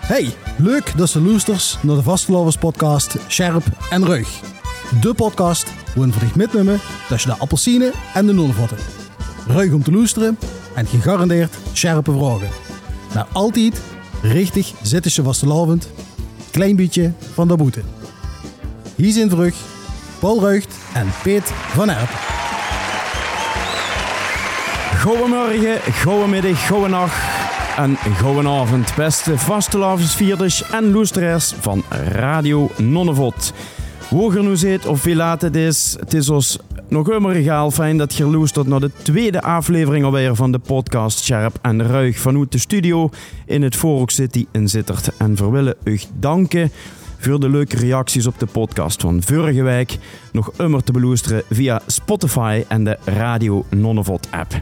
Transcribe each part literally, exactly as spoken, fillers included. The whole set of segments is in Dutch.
Hey, leuk dat je luistert naar de Vasteloverspodcast Scherp en Ruig. De podcast waarin we dich mitnemen tussen de appelsine en de nonnevotten. Ruig om te luisteren en gegarandeerd scherpe vragen. Maar altijd richtig zittische vastelovend, klein beetje van de boete. Hier zijn terug Paul Ruigt en Piet van Erpen. Goedemorgen, goedemiddag, goedenacht en goedenavond, beste vastelavondsvierders en luisteraars van Radio Nonnevot. Hoe je nu zit of wie laat het is, het is ons nog immer regaal fijn dat je luistert naar de tweede aflevering alweer van de podcast Scherp en Ruig vanuit de studio in het Voorhoek City in Sittard. En we willen u danken voor de leuke reacties op de podcast van vorige week, nog immer te beluisteren via Spotify en de Radio Nonnevot app.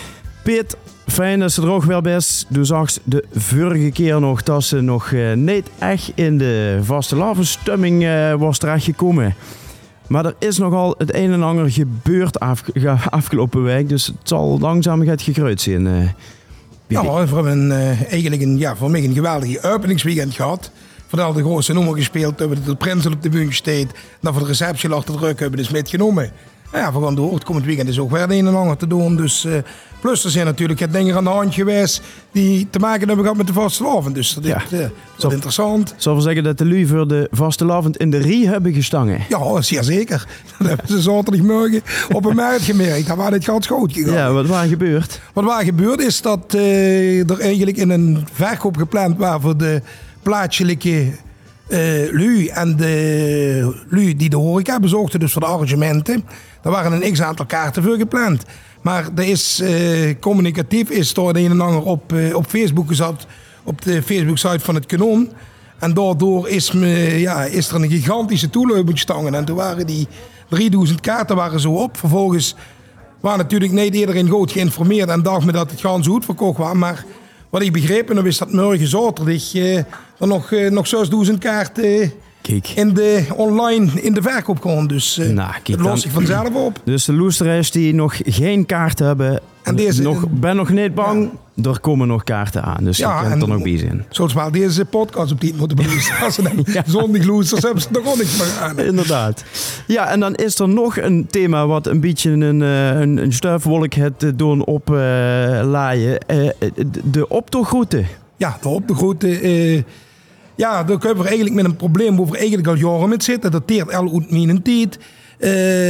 Piet, fijn dat ze er ook weer best. Du zag de vorige keer nog dat ze nog uh, niet echt in de vastelavondstemming uh, was terechtgekomen. Maar er is nogal het een en ander gebeurd af, afgelopen week, dus het zal langzaam gaat gegruid zijn. Uh, ja, we hebben uh, eigenlijk een, ja, voor mij een geweldige openingsweekend gehad. Vooral de grootste nummer gespeeld, hebben we de Prinsen op de bühne gestaan. Dan voor de receptie achter de rug hebben we dus metgenomen. Nou ja, we gaan door. Het komend weekend is ook weer het een en ander te doen. Dus, uh, plus er zijn natuurlijk het dingen aan de hand geweest die te maken hebben gehad met de vastelavond. Dus dat is ja. uh, zo interessant. Zal we zeggen dat de lui voor de vastelavond in de rie hebben gestangen? Ja, zeer zeker. Dat hebben ze zaterdagmorgen op een markt gemerkt. Dat was dit gaat goed gegaan. Ja, wat was gebeurd? Wat was gebeurd is dat uh, er eigenlijk in een verkoop gepland was voor de plaatselijke uh, lui en de lui die de horeca bezochten, dus voor de arrangementen. Daar waren een x-aantal kaarten voor gepland. Maar er is uh, communicatief is door de een en ander op, uh, op Facebook gezet, op de Facebook-site van het Kanon. En daardoor is, me, ja, is er een gigantische toeleup ontstaan. En toen waren die drieduizend kaarten waren zo op. Vervolgens was natuurlijk niet iedereen goed geïnformeerd en dacht me dat het gewoon zo goed verkocht was. Maar wat ik begrepen heb is dat morgen zaterdag uh, er nog, uh, nog zesduizend kaarten kijk. In de online in de verkoop komen. Dus uh, nou, dat los ik vanzelf op. Dus de luisteraars die nog geen kaarten hebben, en deze, nog, ben nog niet bang, ja. Er komen nog kaarten aan. Dus ja, je kunt er nog bij zijn. Zoals wel deze podcast op die moeten beluisteren. Als ze dan ja. zondag luisteren, hebben ze er ook niks meer aan. Inderdaad. Ja, en dan is er nog een thema wat een beetje een, een, een stuifwolk het doen oplaaien. Uh, de optochroute. Ja, de optochroute. Uh, Ja, daar kunnen we eigenlijk met een probleem waar we eigenlijk al jaren met zitten. Dat teert al uit mijn tijd. Uh,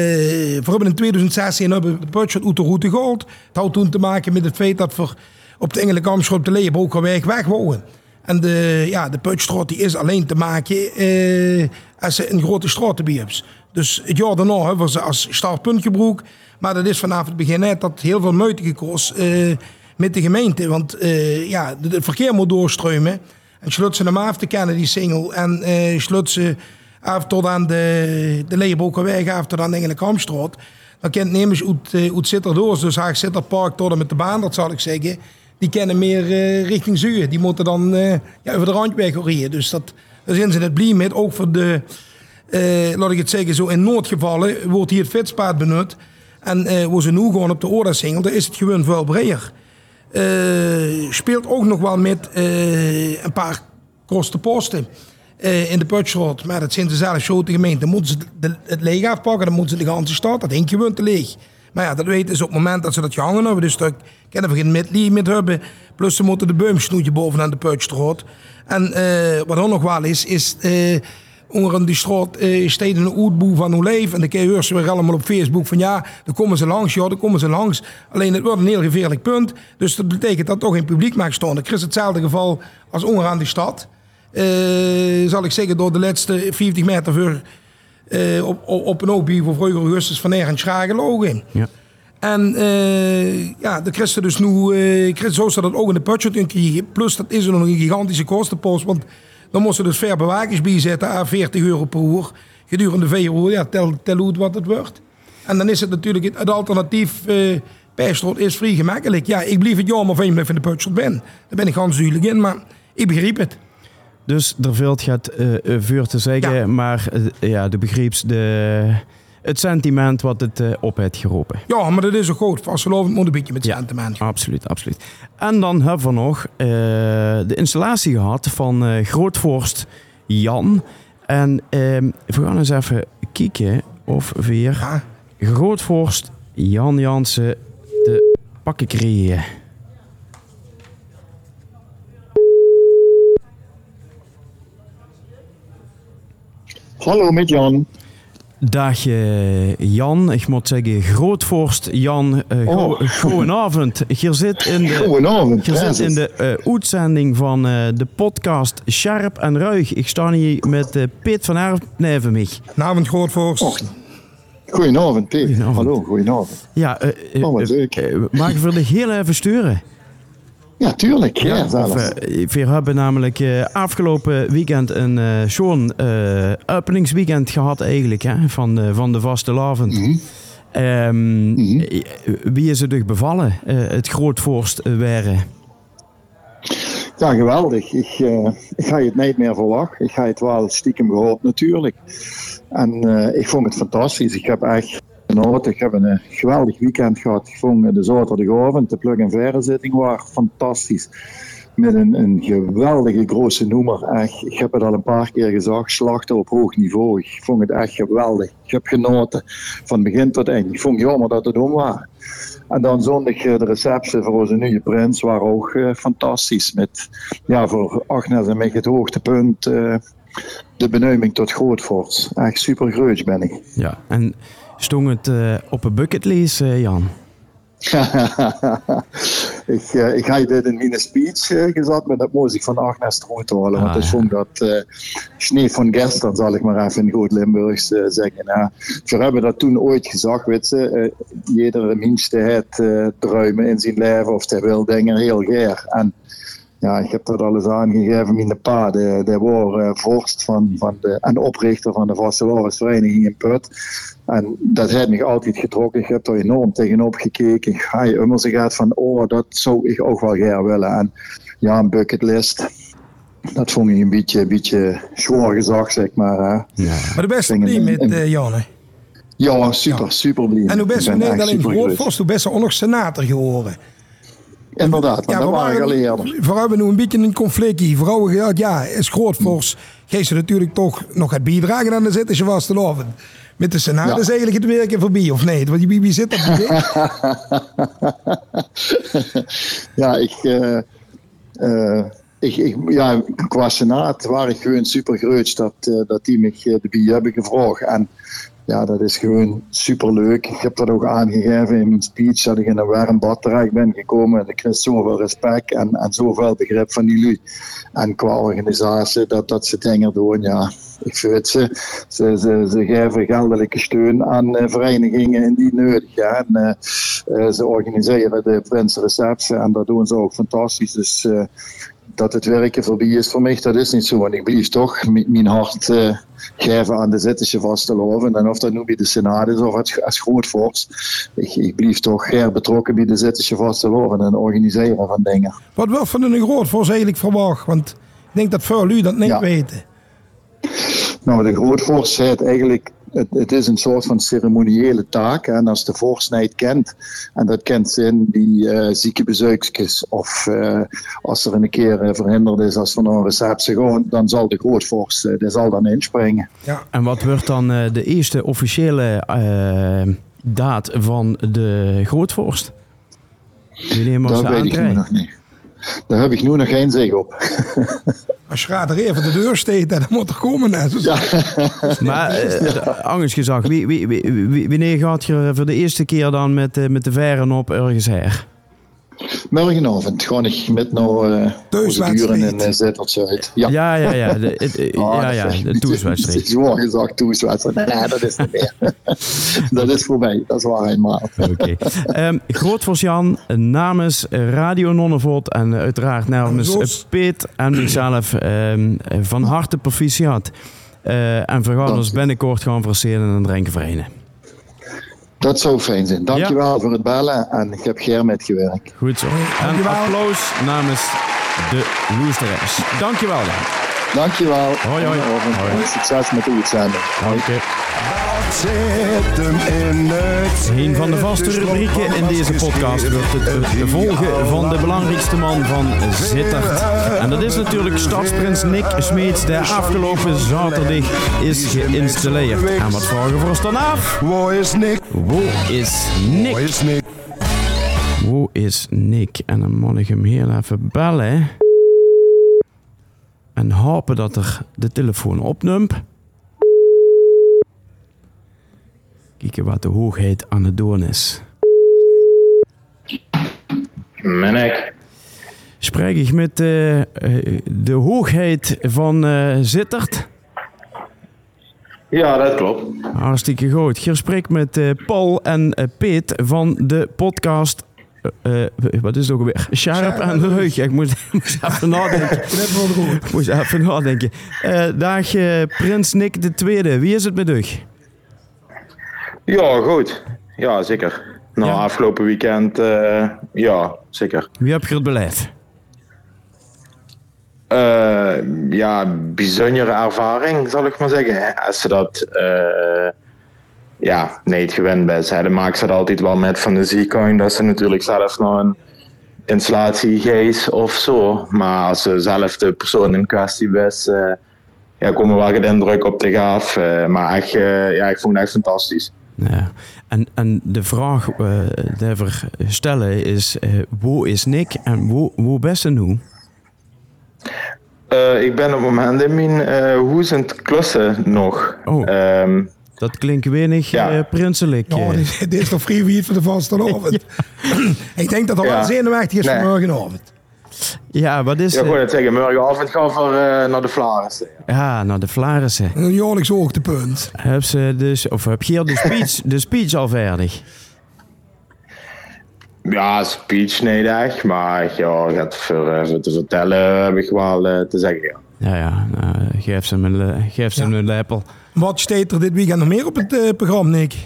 we hebben in twintig zestien hebben de budget uit de route gehaald. Het had toen te maken met het feit dat we op de Engelenkampstraat op de Leeuwenbroekerweg wegwouden. En de, ja, de Putstraat die is alleen te maken uh, als ze een grote straat hebt. Dus het jaar daarna hebben we ze als startpunt gebruikt. Maar dat is vanaf het begin net dat heel veel moeite gekost uh, met de gemeente. Want uh, ja, het verkeer moet doorstromen. En sluit ze hem af te kennen, die single. En uh, sluit ze af tot aan de, de Leeuwenbroekerweg, af tot aan de Engelenkampstraat. Dan kent nemens uit, uh, uit Sittard, dus haar Sittardpark tot en met de baan, dat zal ik zeggen. Die kennen meer uh, richting Zuid. Die moeten dan uh, ja, over de randweg rijden. Dus dat, daar zijn ze het blij met. Ook voor de, uh, laat ik het zeggen, zo in noodgevallen wordt hier het fietspad benut. En uh, waar ze nu gewoon op de Oda-single, daar is het gewoon veel breder. Uh, speelt ook nog wel met uh, een paar kostenposten uh, in de Putstraat. Maar dat zijn ze zelf zo de gemeente. Dan moeten ze de, het leeg afpakken, dan moeten ze de ganse stad. Dat denk je gewoon te leeg. Maar ja, dat weten ze op het moment dat ze dat gehangen hebben. Dus daar kunnen we geen midlie met hebben. Plus ze moeten de boom snoeien bovenaan de Putstraat. En uh, wat ook nog wel is, is uh, onder die straat uh, staat een uitboe van hoe leven. En dan kun je horen ze weer allemaal op Facebook van ja, dan komen ze langs. Ja, dan komen ze langs. Alleen het wordt een heel gevaarlijk punt. Dus dat betekent dat toch geen publiek mag staan. Dat is hetzelfde geval als onderaan die stad. Uh, zal ik zeggen, door de laatste vijftig meter voor, uh, op, op, op een oogbier voor vroeger Augustus van Ergens gelogen. Ja. En uh, ja, de Christen dus nu, uh, zo staat dat ook in de budget in. Plus dat is er nog een gigantische kostenpost, want dan moesten dus ver bewakers bijzetten aan veertig euro per uur. Gedurende vier uur, ja, tel, tel uit wat het wordt. En dan is het natuurlijk het, het alternatief uh, Pijstroot is vrij gemakkelijk. Ja, ik blijf het jammer van je in de budget ben. Daar ben ik ganz duidelijk in, maar ik begrijp het. Dus er valt gaat uh, vuur te zeggen, ja. maar uh, ja, de begreeps, de het sentiment wat het uh, op heeft geroepen. Ja, maar dat is ook goed. Vastelovend moet een beetje met ja, sentiment. Absoluut, absoluut. En dan hebben we nog uh, de installatie gehad van uh, Grootvorst Jan. En uh, we gaan eens even kijken of we hier ja. Grootvorst Jan Jansen te pakken krijgen. Hallo met Jan. Dag uh, Jan, ik moet zeggen Grootvorst Jan, uh, oh. go- goedenavond. Je zit in de, goedenavond, je zit in de uh, uitzending van uh, de podcast Scherp en Ruig. Ik sta hier met uh, Piet van Erp neven mij. Goedenavond Grootvorst. Oh. Goedenavond Piet. Goedenavond. Hallo, goedenavond. Ja, uh, uh, oh, wat leuk. Uh, uh, mag ik voor de heel even sturen? Ja, tuurlijk. Ja, ja, of, uh, we hebben namelijk uh, afgelopen weekend een uh, zo'n uh, openingsweekend gehad eigenlijk, hè, van, de, van de vastelavond. Mm-hmm. Um, mm-hmm. Wie is het dus bevallen, uh, het Grootvorst waren? Ja, geweldig. Ik, uh, ik ga je het niet meer verwachten. Ik ga het wel stiekem gehoord natuurlijk. En uh, ik vond het fantastisch. Ik heb echt... Ik heb een geweldig weekend gehad. Ik vond de zaterdagavond, de plug-and-verre zitting was fantastisch. Met een, een geweldige grote noemer. Echt, ik heb het al een paar keer gezegd, slachten op hoog niveau. Ik vond het echt geweldig. Ik heb genoten van begin tot eind. Ik vond het jammer dat het om was. En dan zondag de receptie voor onze nieuwe prins waren ook uh, fantastisch. Met ja, voor Agnes en mij het hoogtepunt. Uh, de benoeming tot Grootvorst. Echt super groot ben ik. Ja, en stond het uh, op een bucketlist, uh, Jan? ik, uh, ik had dit in mijn speech uh, gezet, maar dat moest ik van Agnes eruit halen. Ah, want ik ja. vond dat uh, sneeuw van gisteren, zal ik maar even in goed Limburgs uh, zeggen. Nou, we hebben dat toen ooit gezegd, weet je. Uh, iedere minste heeft uh, druimen in zijn leven of hij wil dingen heel graag. En ja, ik heb dat alles aangegeven in de pa. De, de was uh, vorst van, van de, en oprichter van de Vastelavondsvereniging in Put. En dat heeft me altijd getrokken. Ik heb er enorm tegenop gekeken. Ik ga je immer zeggen van, oh, dat zou ik ook wel graag willen. En ja, een bucketlist. Dat vond ik een beetje, een beetje zwaar gezegd, zeg maar. Hè. Ja. Maar de beste blij met uh, Jan, hè? Ja, super, ja. super blij. En hoe best we niet alleen Grootvorst, hoe best we ook nog senator geworden. Inderdaad, maar ja, dat waren al eerder. We hebben nu een beetje een conflict hier. Vrouwen gezegd, ja, is Grootvorst. Geeft ze natuurlijk toch nog het bijdragen aan de zittische vastelavond. Met de Senaat ja. is eigenlijk het werken voorbij, of nee? Want wie, wie zit dat Ja, ik, uh, uh, ik, ik, ja, qua Senaat waar ik gewoon super groot dat, uh, dat die me erbij hebben gevraagd. En ja, dat is gewoon superleuk. Ik heb dat ook aangegeven in mijn speech, dat ik in een warm bad terecht ben gekomen. En ik krijg zoveel respect en, en zoveel begrip van jullie. En qua organisatie, dat, dat ze dingen doen, ja. Ik weet ze, ze, ze, ze geven geldelijke steun aan uh, verenigingen die nodig hebben. En, uh, uh, ze organiseren de Prinsreceptie en dat doen ze ook fantastisch. Dus uh, dat het werken voorbij is voor mij, dat is niet zo. Want ik blijf toch m- mijn hart uh, geven aan de zittische vastelavond. En of dat nu bij de Senaat is of als, als Grootvorst. Ik, ik blijf toch her betrokken bij de zittische vastelavond en organiseren van dingen. Wat wil van een Grootvorst eigenlijk verwacht? Want ik denk dat veel jullie dat niet ja. weten. Nou, de Grootvorst zei het eigenlijk, het, het is een soort van ceremoniële taak. En als de vorst niet kent, en dat kent ze in die uh, ziekenbezoekjes, of uh, als er een keer uh, verhinderd is, als we naar een receptie gaan, dan zal de Grootvorst uh, die zal dan inspringen. Ja. En wat wordt dan uh, de eerste officiële uh, daad van de Grootvorst? Dat weet ik nu nog niet. Daar heb ik nu nog geen zeg op. Als je gaat er even de deur steekt, dan moet er komen. Hè. Ja. Maar uh, anders gezegd, wie, wie, wie, wanneer gaat je voor de eerste keer dan met, uh, met de veren op ergens her? Morgenavond ga ik met nou uh, de buren in uh, Zettertje uit. Ja, ja, ja. ja, de, het, uh, oh, ja, ja, de toerswedstrijd. Het is gewoon gezegd toerswedstrijd. Nee, dat is niet meer. Dat is voorbij. Dat is waar eenmaal. Oké. Okay. Um, Grootvorst Jan, namens Radio Nonnevot en uiteraard namens Piet en mezelf um, van harte proficiat. Uh, en we gaan ons binnenkort gaan verseren en drinken verenigden. Dat zou fijn zijn. Dankjewel ja. voor het bellen en ik heb Ger met gewerkt. Goed zo. En applaus namens de Loesteraars. Dankjewel dan. Dankjewel. Hoi, hoi. hoi. Succes met de uitzending. Oké. Okay. Een van de vaste rubrieken in deze podcast wordt het de volgen van de belangrijkste man van Sittard. En dat is natuurlijk stadsprins Nick Smeets, die afgelopen zaterdag is geïnstalleerd. En wat vragen we ons dan af? Waar is Nick? Waar is Nick? Waar is Nick? Waar is Nick? En dan moet ik hem heel even bellen. En hopen dat er de telefoon opneemt. Kijken wat de hoogheid aan het doen is. Menek. Spreek ik met uh, uh, de hoogheid van uh, Sittard? Ja, dat klopt. Hartstikke goed. Je spreekt met uh, Paul en uh, Piet van de podcast... Uh, uh, wat is het ook alweer? Sharp en Ruig. Ik moest, moest even nadenken. Ik moest even nadenken. Uh, dag uh, Prins Nick de Tweede. Wie is het met u? Ja, goed. Ja, zeker. Nou, ja. Afgelopen weekend, uh, ja, zeker. Wie heb je het beleefd? Uh, ja, bijzondere ervaring, zal ik maar zeggen. Als ze dat... Uh, ja, niet gewend bent. Dan maakt ze dat altijd wel met van de ziekenhuis. Dat ze natuurlijk zelf nog een installatie geeft of zo. Maar als ze zelf de persoon in kwestie is, uh, ja, komen wel geen indruk op te gaaf. Uh, maar echt, uh, ja, ik vond het echt fantastisch. Ja. En, en de vraag uh, die we stellen is, uh, waar is Nick en waar, waar ben je nu? Uh, ik ben op het moment in mijn uh, huis in het klussen nog. Oh. Um, Dat klinkt weinig ja. uh, prinselijk. Ja, dit, dit is toch vrijheid voor de vastelavond. Ja. Ik denk dat er ja. wel zenuwachtig is nee. voor morgenavond. Ja, wat is... Ja, ik wil het zeggen, morgenavond gaan we uh, naar de Vlarissen. Ja, naar de Vlarissen. Een jaarlijks hoogtepunt. Heb ze dus, of heb je de speech, de speech al verdig? Ja, speech niet echt, maar ja, het voor, uh, voor te vertellen heb ik wel uh, te zeggen, ja. Ja, ja, nou, geef ze een, uh, geef ze ja. een lepel. Wat staat er dit weekend nog meer op het uh, programma, Nick?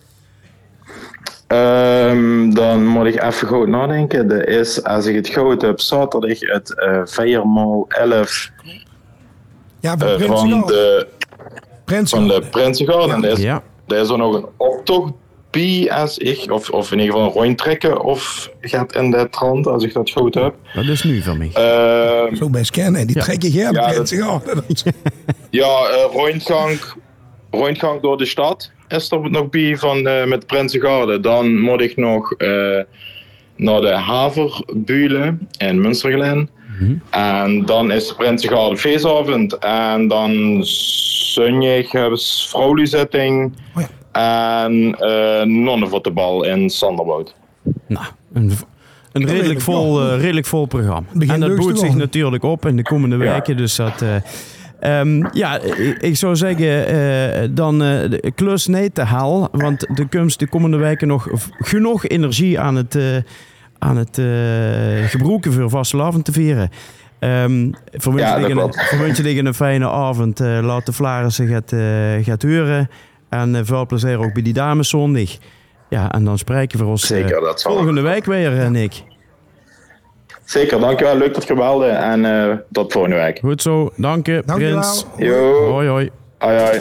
Um, dan moet ik even goed nadenken. Dat is, als ik het goed heb, zaterdag het uh, vier maal elf ja, van, uh, van de Prinsengarden. Van de Prinsengarden. Er is, ja. er is er nog een optocht bij, als ik, of, of in ieder geval een rondtrekken, of gaat in de trant, als ik dat goed heb. Dat is nu van mij. Uh, Zo bij scannen, die ja. trek je hier ja, Prinsengarden. Ja, uh, rondgang, rondgang door de stad is er nog bij van, uh, met Prinsengarden. Dan moet ik nog uh, naar de Haverbulen in Münsterglen. Mm-hmm. En dan is de Prinsengarden feestavond. En dan zondag hebben ze vrouwenzitting. Oh ja. En uh, nonnenvoetbal in Sanderwoud. Nou, een, een redelijk, vol, uh, redelijk vol programma. En dat boet zich natuurlijk op in de komende weken. Ja. Dus dat... Uh, Um, ja, ik, ik zou zeggen, uh, dan uh, de klus niet te halen, want de komst de komende weken nog genoeg energie aan het, uh, aan het uh, gebruiken voor vastelavond te vieren. Um, Verwens ja, je tegen een fijne avond. Uh, laat de Vlarissen gaat, uh, gaat huren. En uh, veel plezier ook bij die dames zondag. Ja, en dan spreken we ons uh, Zeker, dat volgende week weer, uh, Nick. Zeker, dankjewel. Leuk dat je belde en uh, tot volgende week. Goed zo, dank je, Prins. Jo. Hoi, hoi. Hoi, hoi.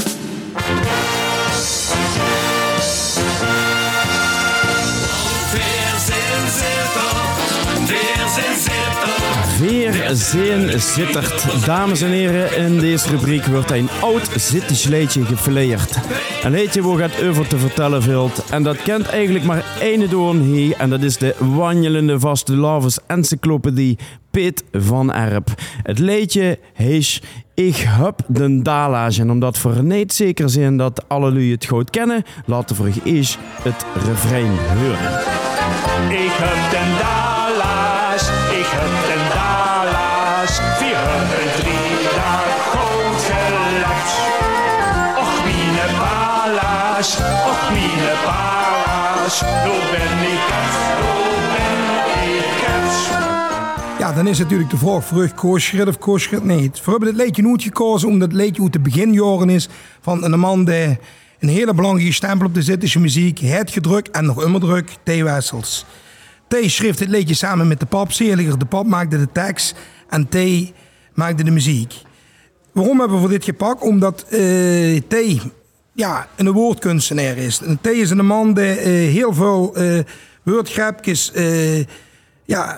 Weerzien Sittard. Dames en heren, in deze rubriek wordt een oud Zittisch liedje gefleerd. Een liedje waar gaat over te vertellen valt. En dat kent eigenlijk maar één doorn hier. En dat is de wandelende vastelavonds encyclopedie Piet van Erp. Het liedje heet Ik heb den dalage. En omdat we niet zeker zijn dat alle lui het goed kennen, laten we eens het refrein horen. Ik heb den dalage, ik heb den dalage, vierhonderddrie dag goed gelapt. Och mine balage, och mine balage, nu ben ik het, nu ben ik het. Ja, dan is natuurlijk de vraag terug, koosschrit of koosschrit niet. We hebben dit liedje nooit gekozen omdat het liedje uit de beginjaren is van een man die een hele belangrijke stempel op de Zittische muziek heeft gedrukt en nog immer drukt, T. Wessels. T. schreef dit liedje samen met de pap, Seliger. De pap maakte de tekst en T. maakte de muziek. Waarom hebben we voor dit gepakt? Omdat uh, T ja, een woordkunstenaar is. En T is een man die uh, heel veel uh, woordgrapjes, uh, ja,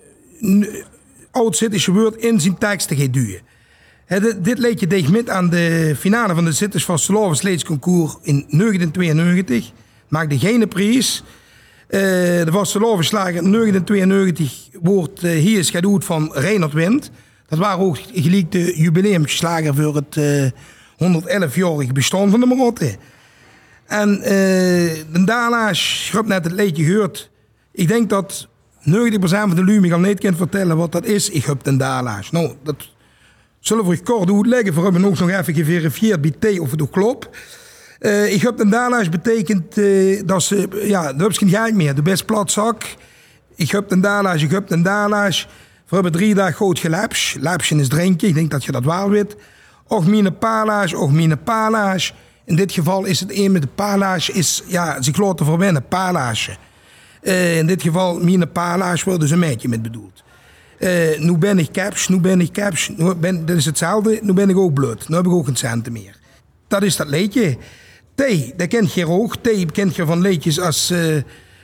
oud-Zittische woord in zijn teksten gaat duwen. He, dit, dit leed deed met aan de finale van de Zittisch Vastelavens Leedsconcours in negentien tweeënnegentig. Maakte geen prijs. Uh, de Vastelavensslager in negentien tweeënnegentig wordt uh, hier is gedoet van Reinhard Wind. Dat waren ook gelijk de jubileumslager voor het uh, honderdelf-jarig bestaan van de Marotte. En uh, de Dala's, ik heb net het liedje gehoord. Ik denk dat negentig procent van de lui me al niet kan vertellen wat dat is. Ik heb de Dala's. Nou, dat zullen we kort uitleggen. We hebben ook nog even geverifieerd bij T of het ook klopt. Uh, ik heb de Dala's betekent uh, dat ze, ja, daar heb je geen geld meer. De best plat zak. Ik heb de Dala's, ik heb de Dala's. We hebben drie dagen groot gelapsje. Lapsje is drinken, ik denk dat je dat wel weet. Och mine pala's, och mine pala's. In dit geval is het een met de pala's, is, ja, ze laten verwennen, pala's. Uh, in dit geval, mine pala's wordt dus een meidje met bedoeld. Uh, nu ben ik caps, nu ben ik caps, nu ben, dat is hetzelfde, nu ben ik ook bloed. Nu heb ik ook geen centen meer. Dat is dat liedje. T, dat kent je ook. T kent je van liedjes als uh, uh,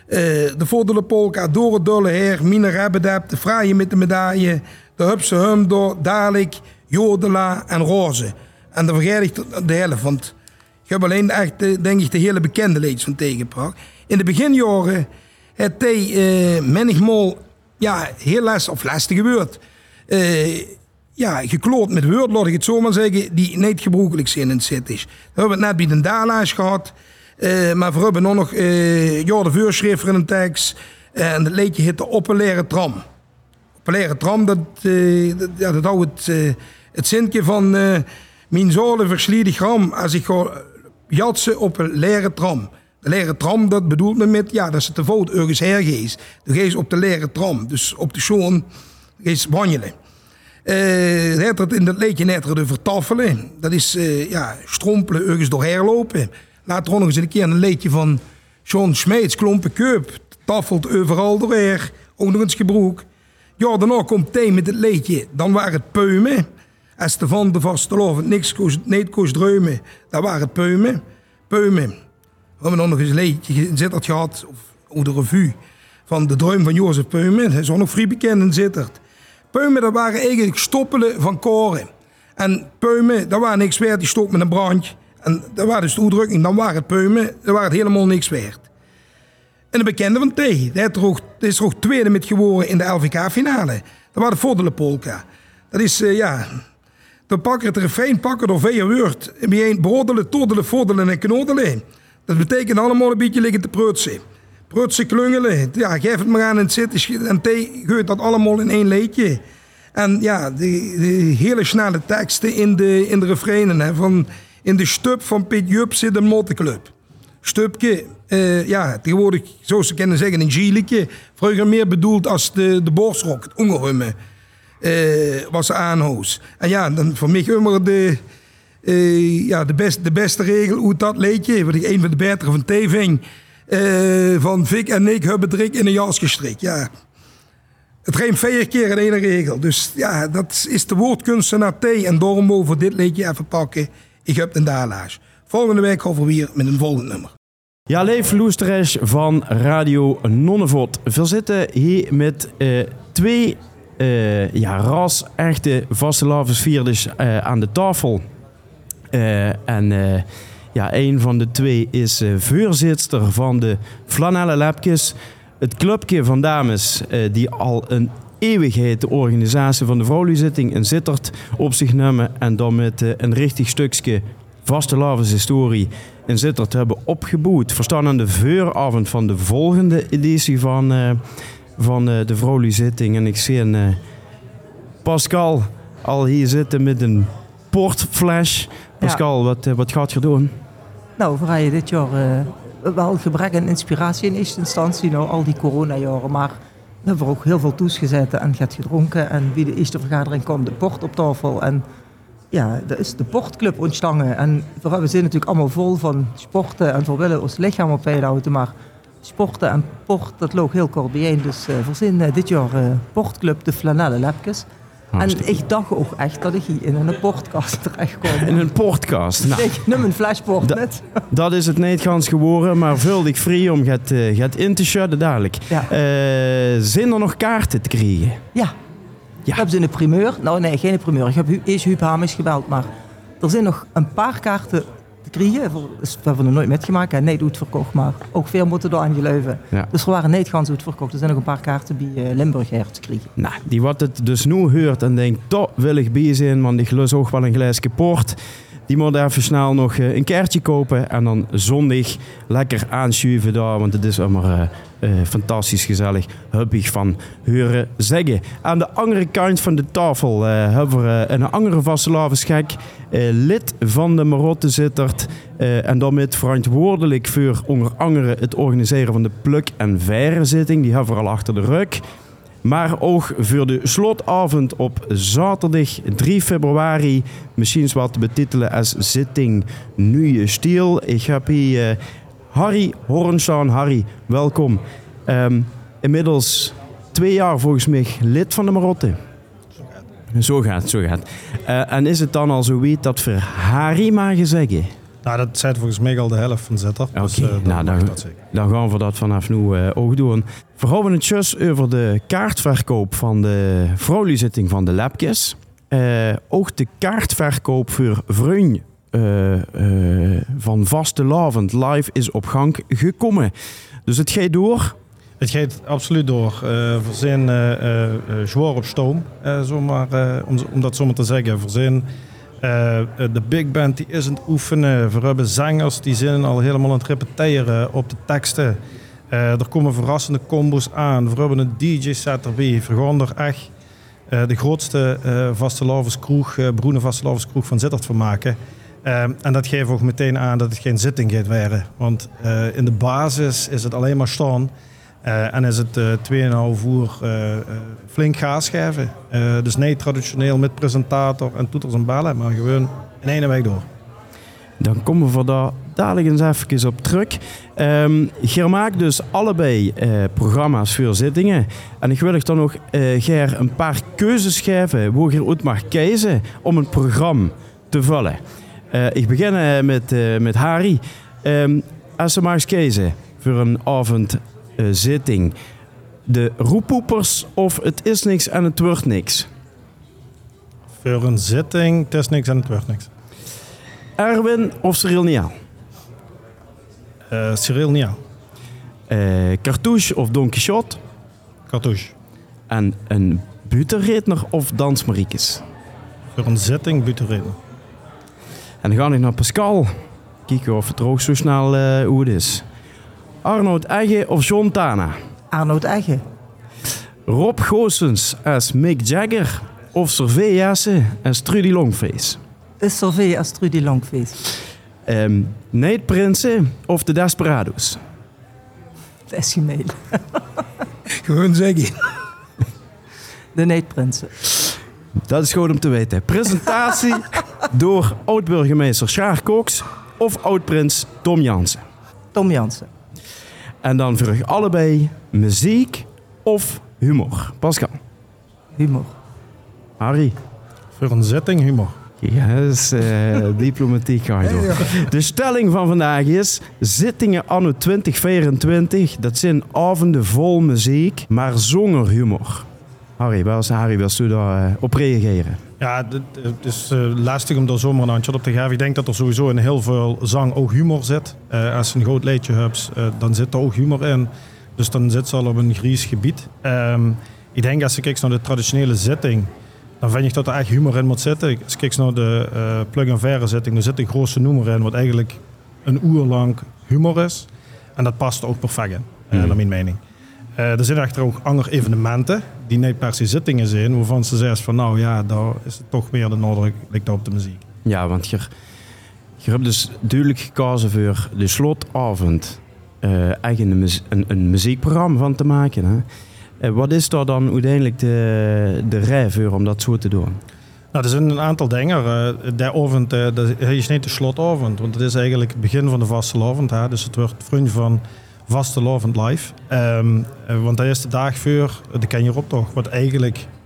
de Voordele Polka, Door het Dolle Heer, Mine Rabbedap, De Fraaie met de Medaille, De Hupse Humdo, Dalik, Jodela en Roze. En dan vergeet ik de helft, want ik heb alleen echt, denk ik, de hele bekende liedjes van T gebracht. In de beginjaren heeft T uh, menigmaal, ja, heel lastig, of lastig gebeurd. Uh, ja, gekloot met woorden, laat ik het zo maar zeggen, die niet gebruikelijk zijn in het Zittisch. We hebben het net bij de Dala's gehad, uh, maar we hebben ook nog uh, ja, de voorschrift in een tekst. Uh, en dat liedje heet de Oppelaire Tram. Oppelaire Tram, dat, uh, dat, ja, dat houdt het, uh, het zintje van uh, mijn zolen versliedig gram als ik ga jatsen op een leren tram. De leren tram, dat bedoelt me met, ja, dat ze te voet ergens hergeest. Dan ga je op de leren tram, dus op de schoon ga je wandelen. Uh, het in dat liedje net de vertaffelen. Dat is uh, ja, strompelen, ergens doorheen lopen. Later nog eens een keer een liedje van John Smeets, Klompen Keup. Taffelt overal doorheen. Ook nog eens gebroek. Ja, daarna komt T met het liedje. Dan waren het peumen. Als de van de vastelavond niks koos, niet koos dreumen, dan waren het peumen. Peumen. We hebben dan nog eens een liedje Zittert gehad, of de revue van de Dreum van Jozef Peumen. Dat is ook nog vrij bekend in Zittert. Peumen, dat waren eigenlijk stoppelen van koren. En peumen, dat waren niks waard, die stopt met een brandje. En dat was dus de uitdrukking, dan waren het peumen, dan waren het helemaal niks waard. En de bekende van T, dat is er ook tweede met geworden in de L V K-finale. Dat was de Voordele Polka. Dat is, uh, ja, dan pakken het refrein pakken door vier woord. En bijeen brodelen, toddelen, voordelen en knodelen. Dat betekent allemaal een beetje liggen te prutsen. Prutsen, klungelen. Ja, geef het maar aan en het zit. En T gooit dat allemaal in één liedje. En ja, de, de hele snelle teksten in de, in de refreinen. Hè, van, in de stup van Piet Jup zit een mottenclub. Stupje, uh, ja, tegenwoordig, zoals ze kunnen zeggen, een gieletje. Vroeger meer bedoeld als de, de borstrok, het ongerumme. Uh, was aanhoos. En ja, dan voor mij immer de, uh, ja, de, best, de beste regel hoe dat liedje, wat ik een van de betere van T vind. Uh, van Vic en ik hebben drik in een jas gestrikt. Ja. Het rijmt vier keer in één regel. Dus ja, dat is de woordkunstenaar T. En daarom mogen we voor dit liedje even pakken. Ik heb de Dala's. Volgende week gaan we weer met een volgend nummer. Ja, lieve luisteraars van Radio Nonnevot. We zitten hier met uh, twee uh, ja, ras echte vastelavondsvierders uh, aan de tafel. Uh, en uh, ja, een van de twee is uh, voorzitter van de Flanelle Lapjes. Het clubje van dames uh, die al een eeuwigheid de organisatie van de vrouwenzitting in Zittert op zich nemen. En dan met uh, een richtig stukje vastelavondshistorie in Zittert hebben opgebouwd. Verstaan aan de vooravond van de volgende editie van, uh, van uh, de vrouwenzitting. En ik zie een uh, Pascal al hier zitten met een portflash. Pascal, ja. wat, uh, wat gaat je doen? Nou, we rijden dit jaar uh, wel gebrek aan inspiratie in eerste instantie. Nou, al die coronajaren, maar we hebben er ook heel veel toesgezet en gaat gedronken. En wie de eerste vergadering komt, de port op tafel. En ja, dat is de portclub ontstangen. En we zijn natuurlijk allemaal vol van sporten en we willen ons lichaam op peil houden. Maar sporten en port, dat loopt heel kort bijeen. Dus uh, we zijn uh, dit jaar uh, portclub de Flanelle Lapjes. En ik dacht ook echt dat ik hier in een podcast terecht kwam. In een podcast. Nou, Ik neem een flashport Da- net. dat is het niet gans geworden, maar vul dich vrij om het, uh, het in te shudden dadelijk. Ja. Uh, zijn er nog kaarten te krijgen? Ja. Ja. Ik heb ze in de primeur. Nou nee, geen primeur. Ik heb Hu- eerst Huub Hamers gebeld, maar er zijn nog een paar kaarten te krijgen. Voor- dus we hebben er nooit metgemaakt. En niet uitverkocht, maar ook veel moeten er aan geluiven. Ja. Dus er waren niet gans uitverkocht. Er zijn nog een paar kaarten bij uh, Limburg her te krijgen. Nou, die wat het dus nu hoort en denkt, dat wil ik bij zijn, want ik lust ook wel een glaasje port. Die moet even snel nog uh, een kaartje kopen en dan zondag lekker aanschuiven daar, want het is allemaal uh, uh, fantastisch gezellig, huppig van horen zeggen. Aan de andere kant van de tafel uh, hebben we uh, een andere vastelavondschek, uh, lid van de Marotte zittert uh, en daarmee verantwoordelijk voor onder andere het organiseren van de Pluk en Vijren zitting. Die hebben we al achter de rug. Maar ook voor de slotavond op zaterdag drie februari, misschien wat te betitelen als zitting Nieuwe Stiel. Ik heb hier uh, Harry Hornstaan. Harry, welkom. Um, inmiddels twee jaar volgens mij lid van de Marotte. Zo gaat het, zo gaat het. Uh, en is het dan al zo weet dat voor Harry mag je zeggen? Nou, dat zijn volgens mij al de helft van zitter. Oké, Dus, uh, dan nou, mag dan, dat zeker. dan gaan we dat vanaf nu uh, ook doen. We houden het just over de kaartverkoop van de vrouwenzitting van de Lapjes. Uh, ook de kaartverkoop voor Vreun uh, uh, van Vastelavond live is op gang gekomen. Dus het gaat door. Het gaat absoluut door. Uh, we zijn uh, uh, zwaar op stoom, uh, zomaar, uh, om, om dat zo maar te zeggen. We zijn... Uh, de big band die is aan het oefenen. We hebben zangers die zijn al helemaal aan het repeteren op de teksten. Uh, er komen verrassende combos aan. We hebben een D J-set erbij. We gaan er echt uh, de grootste uh, vastelavondskroeg, uh, beroemde vastelavondskroeg van Sittard van maken. Uh, en dat geeft ook meteen aan dat het geen zitting gaat worden. Want uh, in de basis is het alleen maar staan. Uh, en is het uh, twee komma vijf uur uh, uh, flink gaas geven. Uh, dus niet traditioneel met presentator en toeters en bellen, maar gewoon in één weg door. Dan komen we daar dadelijk eens even op terug. Um, je maakt dus allebei uh, programma's voor zittingen. En ik wil je dan nog uh, Ger, een paar keuzes geven waar je uit mag kiezen om een programma te vullen. Uh, ik begin uh, met, uh, met Harry. Um, als je mag kiezen voor een avond uh, zitting, de roepoepers of het is niks en het wordt niks? Voor een zitting, het is niks en het wordt niks. Erwin of Cyril Niel? Uh, Cyril Niel. Uh, Cartouche of Don Quixote? Cartouche. En een butenredner of dansmariekes? Voor een zitting, butenredner. En dan ga ik naar Pascal. Kijken of het er ook zo snel uh, hoe het is. Arnoud Egge of John Tana? Arnoud Egge. Rob Goossens als Mick Jagger of Servé Jesse als Trudy Longface? Is Servé als Trudy Longface. Um, Nate Prinsen of de Desperados? Dat is gemeen. Gewoon zeggen. De Neetprinsen. Dat is gewoon om te weten. Presentatie door oud-burgemeester Sjaar Cox of oud-prins Tom Jansen. Tom Jansen. En dan vroeg ik allebei muziek of humor. Pascal. Humor. Harry. Voor een zitting, humor. Ja, dat is uh, diplomatiek ga je door. De stelling van vandaag is: zittingen anno twintig vierentwintig, dat zijn avonden vol muziek, maar zonder humor. Harry, wel eens Harry, wil je daar uh, op reageren? Ja, het is uh, lastig om daar zomaar een antwoord op te geven. Ik denk dat er sowieso in heel veel zang ook humor zit. Uh, als je een groot liedje hebt, uh, dan zit er ook humor in. Dus dan zit ze al op een gries gebied. Um, ik denk als je kijkt naar de traditionele zitting, dan vind ik dat er echt humor in moet zitten. Als je kijkt naar de uh, Pluk en Vijren zitting, dan zit een grootste noemer in, wat eigenlijk een uur lang humor is. En dat past er ook perfect in, uh, mm. naar mijn mening. Uh, er zijn echter ook andere evenementen die niet per se zittingen zijn, waarvan ze zeggen van nou ja, daar is het toch meer de nodig ligt op de muziek. Ja, want je, je hebt dus duidelijk gekozen voor de slotavond uh, echt een, een, een muziekprogramma van te maken. Hè? Uh, wat is daar dan uiteindelijk de, de rij voor om dat zo te doen? Nou, er zijn een aantal dingen. Uh, de avond, uh, dat is niet de slotavond, want het is eigenlijk het begin van de vastelavond. Hè? Dus het wordt vriend van Vastelavond live. Um, uh, want dat is de dag voor de Kenjeroptocht, wat eigenlijk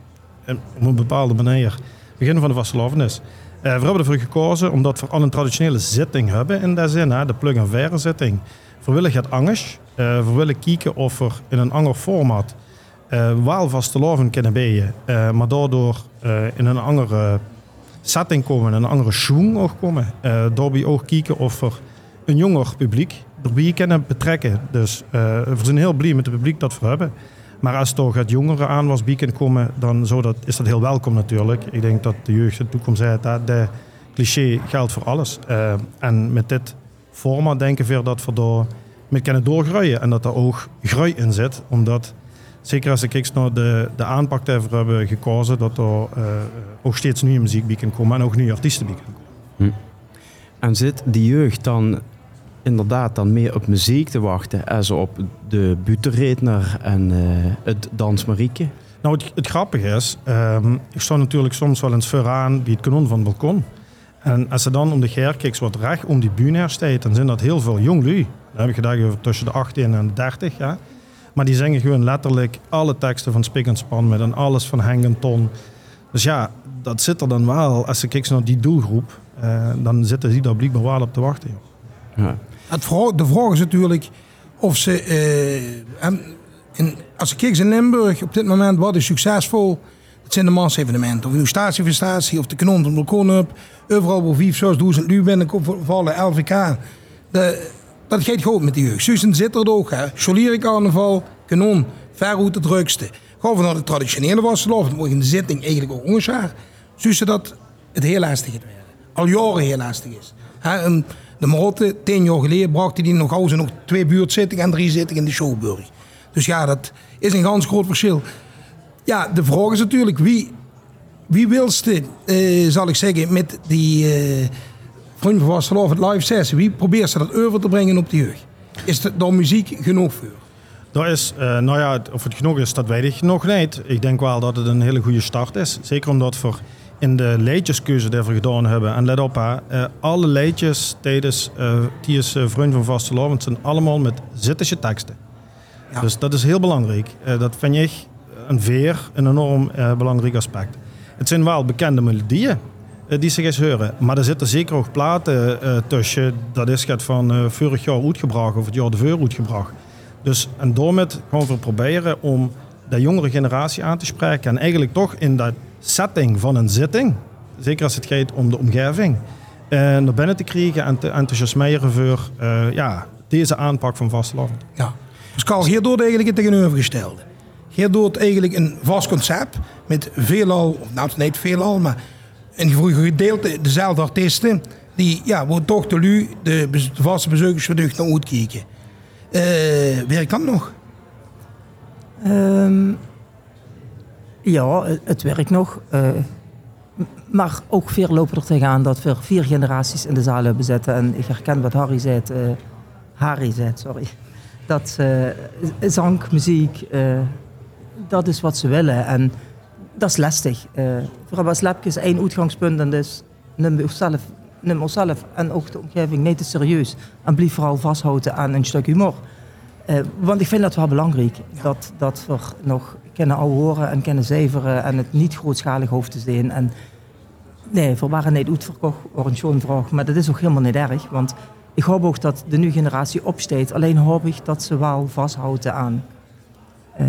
op een bepaalde manier begin van de vastelavond. Uh, we hebben ervoor gekozen omdat we al een traditionele zitting hebben in die zin, hè, de plug en verre zitting. We willen het anders. Uh, we willen kijken of we in een ander format uh, wel vastelavond kunnen bijen, uh, maar daardoor uh, in een andere setting komen, in een andere schoen ook komen. Uh, daarbij ook kijken of we een jonger publiek erbij kunnen betrekken. Dus uh, we zijn heel blij met het publiek dat we hebben. Maar als toch het jongeren aan was bij kunnen komen, dan zou dat, is dat heel welkom natuurlijk. Ik denk dat de jeugd de toekomst is. Dat de cliché geldt voor alles. Uh, en met dit format denken we dat we daar mee kunnen doorgroeien. En dat er ook groei in zit. Omdat, zeker als ik kijk naar de, de aanpak die we hebben gekozen, dat er uh, ook steeds nieuwe muziek bij kan komen. En ook nieuwe artiesten bij kunnen komen. Hm. En zit de jeugd dan inderdaad dan meer op muziek te wachten als op de Butenredner en uh, het Dans Marieke? Nou, het, het grappige is, um, ik sta natuurlijk soms wel eens vooraan bij het kanon van het balkon. En als ze dan om de geerkiks wat recht om die bühne heen staat, dan zijn dat heel veel jong lui. Dan heb ik gedacht over tussen de achttien en de dertig. Ja. Maar die zingen gewoon letterlijk alle teksten van Spik en Span met en alles van Henk en Ton. Dus ja, dat zit er dan wel. Als je kijkt naar die doelgroep, uh, dan zitten die daar blijkbaar wel op te wachten. Joh. Ja. Het vraag, de vraag is natuurlijk of ze, uh, in, als ik kijk in Limburg op dit moment, wat is succesvol? Dat zijn de massa-evenementen. Of nu statie voor statie, of de kanon van de balkon op. Overal waar vijf, zesduizend nu binnenvallen, L V K. De, dat gaat goed met de jeugd. Susan zit er ook. Jolieren carnaval, kanon, veruit het drukste. Gaan we naar de traditionele vastelavond, dan moet je in de zitting eigenlijk ook ongeveer. Susan dat het heel lastig is. Al jaren heel lastig is. He, en de Marotte, tien jaar geleden, bracht hij nog gauw nog twee buurtzittingen en drie zittingen in de Showburg. Dus ja, dat is een ganz groot verschil. Ja, de vraag is natuurlijk, wie, wie wilste, uh, zal ik zeggen, met die uh, Vrienden van Vastelavond live sessie, wie probeert ze dat over te brengen op de jeugd? Is er daar muziek genoeg voor? Dat is, uh, nou ja, of het genoeg is, dat weet ik nog niet. Ik denk wel dat het een hele goede start is. Zeker omdat we in de liedjeskeuze die we gedaan hebben. En let op, hè, uh, alle liedjes tijdens uh, die is uh, Vrienden van Vastelavond zijn allemaal met Zittische teksten. Ja. Dus dat is heel belangrijk. Uh, dat vind ik een veer, een enorm uh, belangrijk aspect. Het zijn wel bekende melodieën uh, die zich eens horen. Maar er zitten zeker ook platen uh, tussen. Dat is het van uh, vorig jaar uitgebracht of het jaar ervoor uitgebracht. Dus en daarmee gaan we proberen om de jongere generatie aan te spreken. En eigenlijk toch in dat setting van een zitting, zeker als het gaat om de omgeving, uh, naar binnen te krijgen en te enthousiasmeren voor uh, ja, deze aanpak van vastelavond. Ja. Dus Carl, hier doet eigenlijk het tegenovergestelde. Hier doet eigenlijk een vast concept met veelal, of nou niet veelal, maar een gedeelte dezelfde artiesten die ja, wordt toch de lu, de, de vaste bezoekers verducht naar uitkijken. Uh, werkt dat nog? Um, ja, het, het werkt nog. Uh, maar ook veel lopen er tegenaan dat we vier generaties in de zaal hebben zitten. En ik herken wat Harry zei, uh, Harry zei, sorry. Dat uh, zang, muziek, uh, dat is wat ze willen. En dat is lastig. Uh, voor ons is één uitgangspunt en dus neem onszelf, neem onszelf en ook de omgeving niet te serieus. En blijf vooral vasthouden aan een stuk humor. Uh, want ik vind dat wel belangrijk. Ja. Dat, dat we nog kunnen al horen en kunnen cijferen en het niet grootschalig hoeft te zijn. En nee, we waren niet uitverkocht, or een schoon vraag. Maar dat is ook helemaal niet erg. Want ik hoop ook dat de nieuwe generatie opsteekt. Alleen hoop ik dat ze wel vasthouden aan. Uh,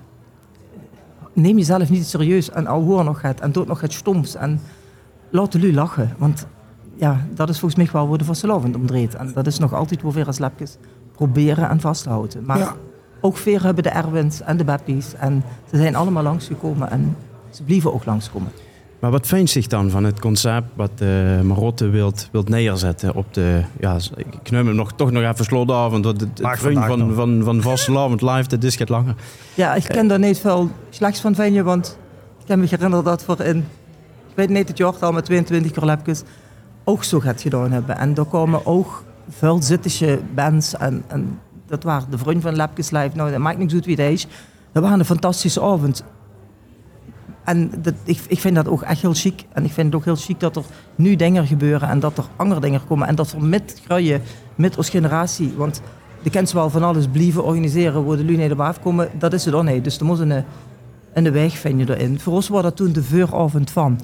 neem jezelf niet serieus en al hoor nog het en doet nog het stoms. En laat de lui lachen. Want ja, dat is volgens mij wel waar de vastelavond omdraait. En dat is nog altijd waar we als lapjes proberen en vasthouden. Maar ja. Ook weer hebben de Erwins en de Beppies. En ze zijn allemaal langsgekomen en ze blijven ook langskomen. Maar wat vindt zich dan van het concept wat uh, Marotte wilt, wilt neerzetten op de... Ja, ik neem hem nog, toch nog even slotavond. Het, het vriend van, van, van, van Vastelavond live, dat is gaat langer. Ja, ik ken daar niet veel slechts van vinden, want ik kan me herinneren dat we in... Ik weet niet het jaartal met tweeëntwintig kerlepjes ook zo gaat gedaan hebben. En daar komen ook veel Zittische bands en, en dat waren de vrienden van Lepkes Live. Nou, dat maakt niks uit wie dat is. Dat was een fantastische avond. En dat, ik, ik vind dat ook echt heel chic. En ik vind het ook heel chic dat er nu dingen gebeuren en dat er andere dingen komen. En dat we met groeien, met onze generatie. Want de kent wel van alles blijven organiseren, waar de lui niet op afkomen. Dat is het ook niet. Dus er moet een, En de weg vind je erin. Voor ons was dat toen de vooravond van.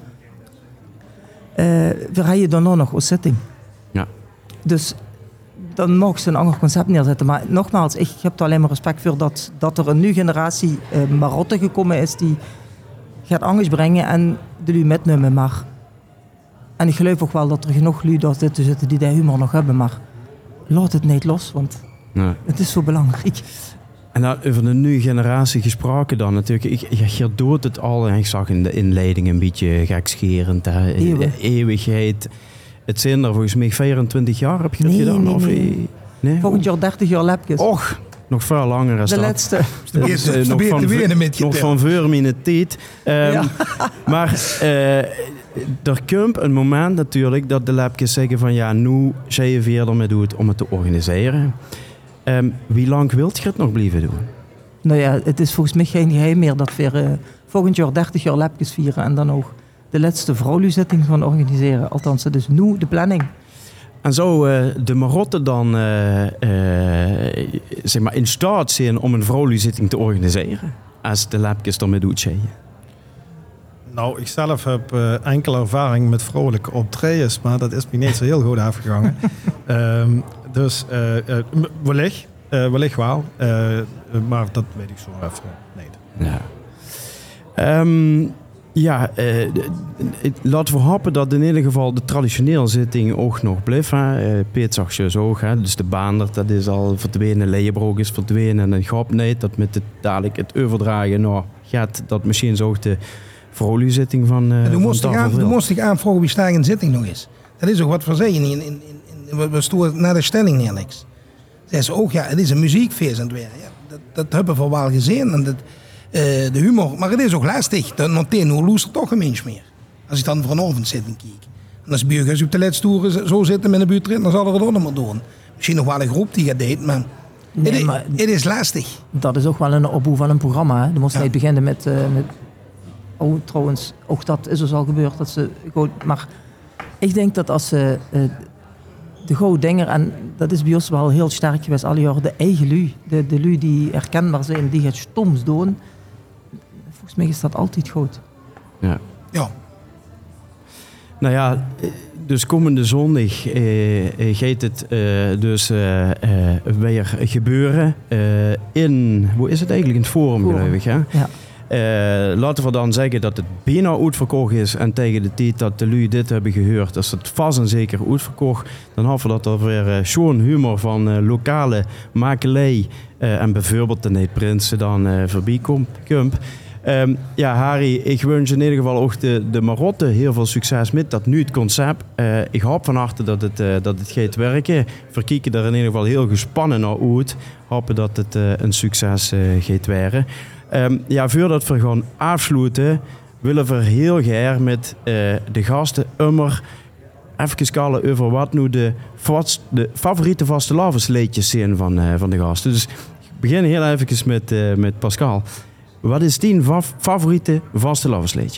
Uh, we rijden daarna nog een zitting. Ja. Dus dan mag ze een ander concept neerzetten. Maar nogmaals, ik heb er alleen maar respect voor dat, dat er een nieuwe generatie uh, marotte gekomen is die gaat angst brengen en de lui metnemen. Maar en ik geloof ook wel dat er genoeg lui daar zitten die die humor nog hebben. Maar laat het niet los, want nee. Het is zo belangrijk. En dan over de nieuwe generatie gesproken dan natuurlijk. Ik, ik, je doet het al en ik zag in de inleiding een beetje gekscherend. Hè. De eeuwigheid. Het zijn er volgens mij vierentwintig jaar, heb je dat nee, gedaan? Nee, of, nee. nee? Volgend jaar dertig jaar lapjes. Och, nog veel langer is de dat. Laatste. De laatste. Uh, nog van, v- nog van voor mijn tijd. Um, ja. Maar uh, er komt een moment natuurlijk dat de lapjes zeggen van ja, nu ga je verder mee doen om het te organiseren. Um, wie lang wilt je het nog blijven doen? Nou ja, het is volgens mij geen geheim meer dat we uh, volgend jaar dertig jaar lapjes vieren en dan ook de laatste vrouwenzitting gaan organiseren. Althans, het is nu de planning. En zou uh, de Marotte dan uh, uh, zeg maar in staat zijn om een vrouwenzitting te organiseren? Als de lapjes ermee doet, zeg je? Nou, ik zelf heb uh, enkele ervaring met vrouwelijke optredens, maar dat is me niet zo heel goed afgegangen. um, dus uh, uh, wellicht, uh, wellicht wel, uh, maar dat weet ik zo even niet. Ja. Um, Ja, eh, laten we hopen dat in ieder geval de traditionele zitting ook nog blijft. Uh, Peet zag je zo, hè? Dus de baander, dat is al verdwenen, Leijenbroek is verdwenen. En dan gaat niet dat met het, dadelijk het overdragen, nou gaat dat misschien zo de vrouwenzitting van uh, Dan moest, moest ik aanvragen wie sta in zitting nog is. Dat is ook wat we zeggen. In, in, in, in, we storen naar de stelling neer niks. Zeggen ze ook, ja, het is een muziekfeest aan het weer. Ja, dat, dat hebben we wel gezien. En dat, Uh, de humor, maar het is ook lastig. Dan meteen hoe loest er toch een mens meer. Als ik dan vanavond zit en kijk. En als burgers op de ledstoeren zo zitten met een buurtrit, dan zal er het ook nog maar doen. Misschien nog wel een groep die dat deed, maar nee, het, maar het is lastig. Dat is ook wel een opbouw van een programma. Hè. Dan moest ja. niet beginnen met, uh, met... Oh, trouwens, ook dat is dus al gebeurd. Dat ze, maar ik denk dat als ze... Uh, de gouden dinger, en dat is bij ons wel heel sterk geweest alle jaren, de eigen lui. De, de lui die herkenbaar zijn, die het stoms doen. Volgens mij is dat altijd goed. Ja. Ja. Nou ja, dus komende zondag eh, gaat het eh, dus eh, eh, weer gebeuren eh, in, hoe is het eigenlijk, in het Forum, Forum. geloof ik, hè? Ja. Uh, laten we dan zeggen dat het bijna uitverkocht is en tegen de tijd dat de lui dit hebben gehoord, is het vast en zeker uitverkocht. Dan hopen we dat er weer uh, schoon humor van uh, lokale makelij uh, en bijvoorbeeld de Neetprinsen dan uh, voorbij komt. Um, ja, Harry, ik wens in ieder geval ook de, de Marotte heel veel succes met dat nu het concept. Uh, ik hoop van harte dat het, uh, dat het gaat werken. We kijken er in ieder geval heel gespannen naar uit. Hopen dat het uh, een succes uh, gaat worden. Um, ja, voordat we gaan afsluiten, willen we heel graag met uh, de gasten immer even kallen over wat nu de, vast, de favoriete vastelavondsliedjes zijn van, uh, van de gasten. Dus ik begin heel even met, uh, met Pascal. Wat is die favoriete vastelavondsliedje?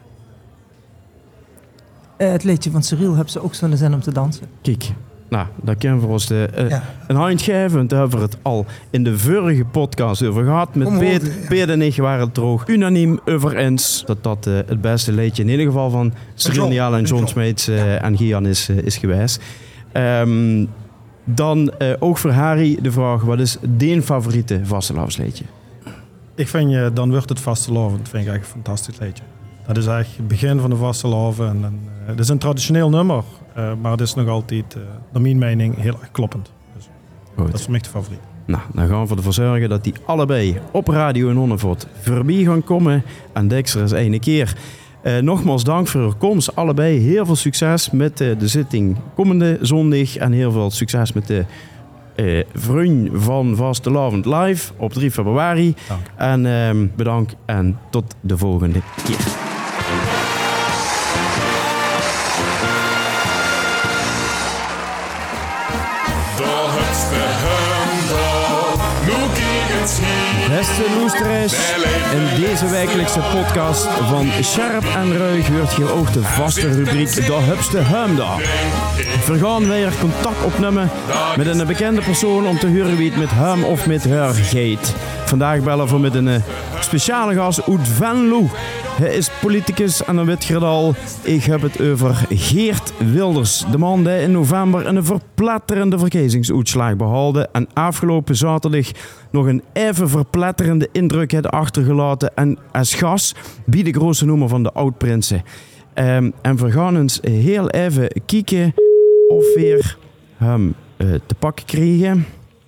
Uh, het liedje van Cyril hebben ze ook zo'n zin om te dansen. Kijk. Nou, daar kunnen we ons de, uh, ja. een hand geven. Want daar hebben we het al in de vorige podcast over gehad. Met Peet, ja. Peet en ik waren het er ook unaniem over eens dat dat uh, het beste liedje in ieder geval van Cyril Nial en John Smeets uh, ja. en Gian is, uh, is geweest. Um, dan uh, ook voor Harry de vraag, wat is déén favoriete vastelavondsliedje? Ik vind je, dan wordt het vastelavond, vind ik echt een fantastisch liedje. Dat is eigenlijk het begin van de vastelavond. En, en, uh, het is een traditioneel nummer. Uh, maar het is nog altijd, uh, naar mijn mening, heel erg kloppend. Dus, dat is voor mij de favoriet. Nou, dan gaan we ervoor zorgen dat die allebei op Radio Nonnenvoort voorbij gaan komen. En Dexter is ene keer. Uh, nogmaals dank voor uw komst. Allebei heel veel succes met uh, de zitting komende zondag. En heel veel succes met de uh, vriend van Vastelavond live op drie februari. Dank. En uh, bedankt en tot de volgende keer. Beste loesteraars, in deze wekelijkse podcast van Scherp en Ruig hoort je ook de vaste rubriek De Hupste Heumda. We gaan weer contact opnemen met een bekende persoon om te horen wie het met hem of met haar gaat. vandaag bellen we met een uh, speciale gast uit Venlo. Hij is politicus en dan weet je het al. Ik heb het over Geert Wilders. De man die in november een verpletterende verkiezingsuitslag behaalde en afgelopen zaterdag nog een even verpletterende indruk heeft achtergelaten en als gas bij de grootste noemer van de oud-prinsen. Um, en we gaan eens heel even kijken of we hem uh, te pakken krijgen.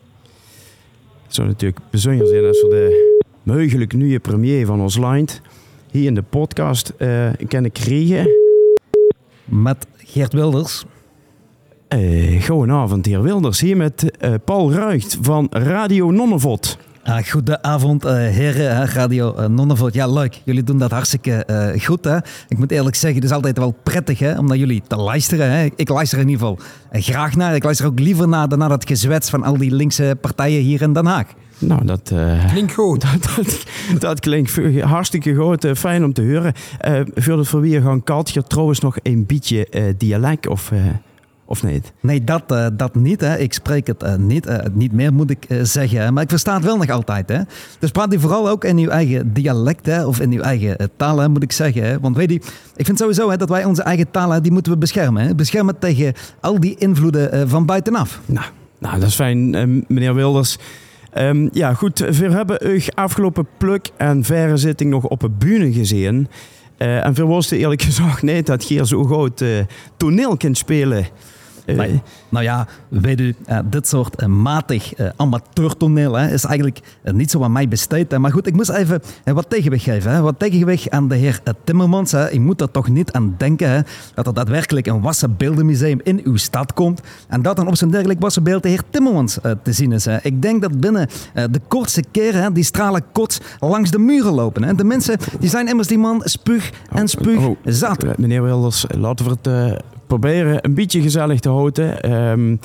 Het zou natuurlijk bijzonder zijn als we de mogelijk nieuwe premier van ons land hier in de podcast uh, kunnen krijgen. Met Geert Wilders. Uh, Goedenavond, heer Wilders. Hier met uh, Paul Ruigt van Radio Nonnevot. Uh, goedenavond, uh, heren, Radio uh, Nonnevot. Ja, leuk. Jullie doen dat hartstikke uh, goed. Hè? Ik moet eerlijk zeggen, het is altijd wel prettig hè, om naar jullie te luisteren. Hè? Ik luister in ieder geval uh, graag naar. Ik luister ook liever naar dan naar dat gezwets van al die linkse partijen hier in Den Haag. Nou, dat uh, klinkt goed. Dat, dat, dat klinkt hartstikke goed. Uh, fijn om te horen. Uh, voordat we weer gaan kaltje, trouwens nog een beetje uh, dialect of... Uh, Of niet? Nee, dat, uh, dat niet. Hè. Ik spreek het uh, niet. Uh, niet meer moet ik uh, zeggen. Maar ik versta het wel nog altijd. Hè. Dus praat u vooral ook in uw eigen dialect. Hè, of in uw eigen uh, taal, hè, moet ik zeggen. Hè. Want weet u, ik vind sowieso hè, dat wij onze eigen taal, hè, die moeten we beschermen. Hè. Beschermen tegen al die invloeden uh, van buitenaf. Nou, nou, dat is fijn, uh, meneer Wilders. Um, ja, goed. We hebben u afgelopen pluk en verre zitting nog op een bühne gezien. Uh, en we wisten eerlijk gezegd niet dat Geert zo goed uh, toneel kan spelen. Uh, nee. Nou ja, weet u, uh, dit soort uh, matig uh, amateurtoneel hè, is eigenlijk uh, niet zo aan mij besteed. Hè. Maar goed, ik moest even uh, wat tegenwicht geven. Hè. Wat tegenwicht aan de heer uh, Timmermans. Hè. Je moet er toch niet aan denken hè, dat er daadwerkelijk een wassenbeeldenmuseum in uw stad komt. En dat dan op zijn dergelijk wassenbeeld de heer Timmermans uh, te zien is. Hè. Ik denk dat binnen uh, de kortste keren hè, die stralen kots langs de muren lopen. Hè. De mensen die zijn immers die man spuug en spuug oh, oh, zat. Uh, meneer Wilders, laten we het... Uh... proberen een beetje gezellig te houden. Um,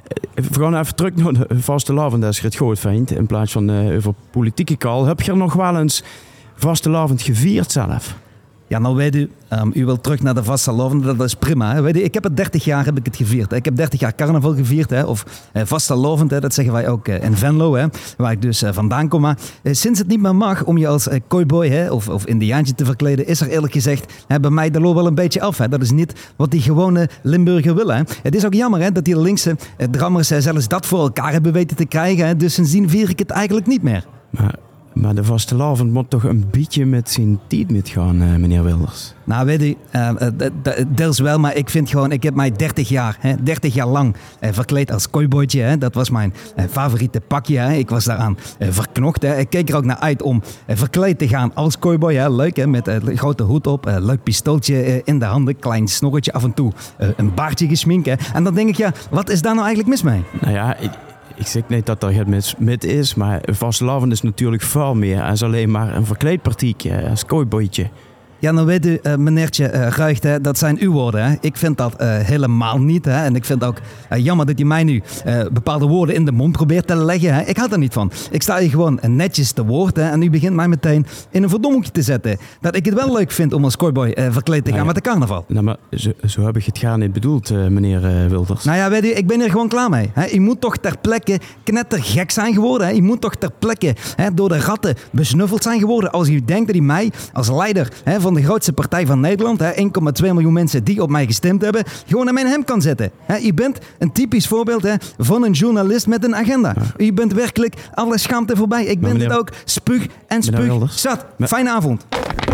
we gaan even terug naar de vastelavond als je het goed vindt. In plaats van uh, over politieke kal. Heb je er nog wel eens vastelavond gevierd zelf? Ja, nou weet u, um, u wilt terug naar de vastelavond, dat is prima. Hè. Weet u, ik heb het dertig jaar heb ik het gevierd. Hè. Ik heb dertig jaar carnaval gevierd, hè, of uh, vastelavond, hè, dat zeggen wij ook uh, in Venlo, hè, waar ik dus uh, vandaan kom. Maar uh, sinds het niet meer mag om je als uh, cowboy hè, of, of indiaantje te verkleden, is er eerlijk gezegd hè, bij mij de loop wel een beetje af. Hè. Dat is niet wat die gewone Limburger willen. Hè. Het is ook jammer hè, dat die linkse uh, drammers uh, zelfs dat voor elkaar hebben weten te krijgen. Hè. Dus sindsdien vier ik het eigenlijk niet meer. Maar... Maar de vastelavond moet toch een beetje met zijn tijd metgaan, uh, meneer Wilders? Nou, weet u, uh, uh, deels wel, maar ik vind gewoon, ik heb mij dertig jaar, hè, dertig jaar lang uh, verkleed als cowboytje. Hè. Dat was mijn uh, favoriete pakje. Hè. Ik was daaraan uh, verknocht. Hè. Ik keek er ook naar uit om uh, verkleed te gaan als cowboy. Hè. Leuk, hè, met een uh, grote hoed op, uh, leuk pistooltje uh, in de handen, klein snorretje af en toe, uh, een baardje gesminkt. Hè. En dan denk ik, ja, wat is daar nou eigenlijk mis mee? Nou ja... Ik... Ik zeg niet dat er het mis met is, maar vastelavond is natuurlijk veel meer als alleen maar een verkleedpartietje als cowboytje. Ja, nou weet u, uh, meneertje uh, Ruigt, hè, dat zijn uw woorden. Hè. Ik vind dat uh, helemaal niet. Hè. En ik vind ook uh, jammer dat je mij nu uh, bepaalde woorden in de mond probeert te leggen. Hè. Ik hou er niet van. Ik sta hier gewoon netjes te woord. Hè, en u begint mij meteen in een verdommetje te zetten. Dat ik het wel leuk vind om als cowboy uh, verkleed te gaan nou ja. met de carnaval. Nou, maar zo, zo heb ik het gaan niet bedoeld, uh, meneer uh, Wilders. Nou ja, weet u, ik ben er gewoon klaar mee. Hè. U moet toch ter plekke knettergek zijn geworden. Hè. U moet toch ter plekke hè, door de ratten besnuffeld zijn geworden. Als u denkt dat u mij als leider hè, van de grootste partij van Nederland, één komma twee miljoen mensen die op mij gestemd hebben, gewoon aan mijn hemd kan zetten. U bent een typisch voorbeeld hè, van een journalist met een agenda. U bent werkelijk alle schaamte voorbij. Ik ben meneer, het ook spuug en spuug zat. Me, Fijne avond.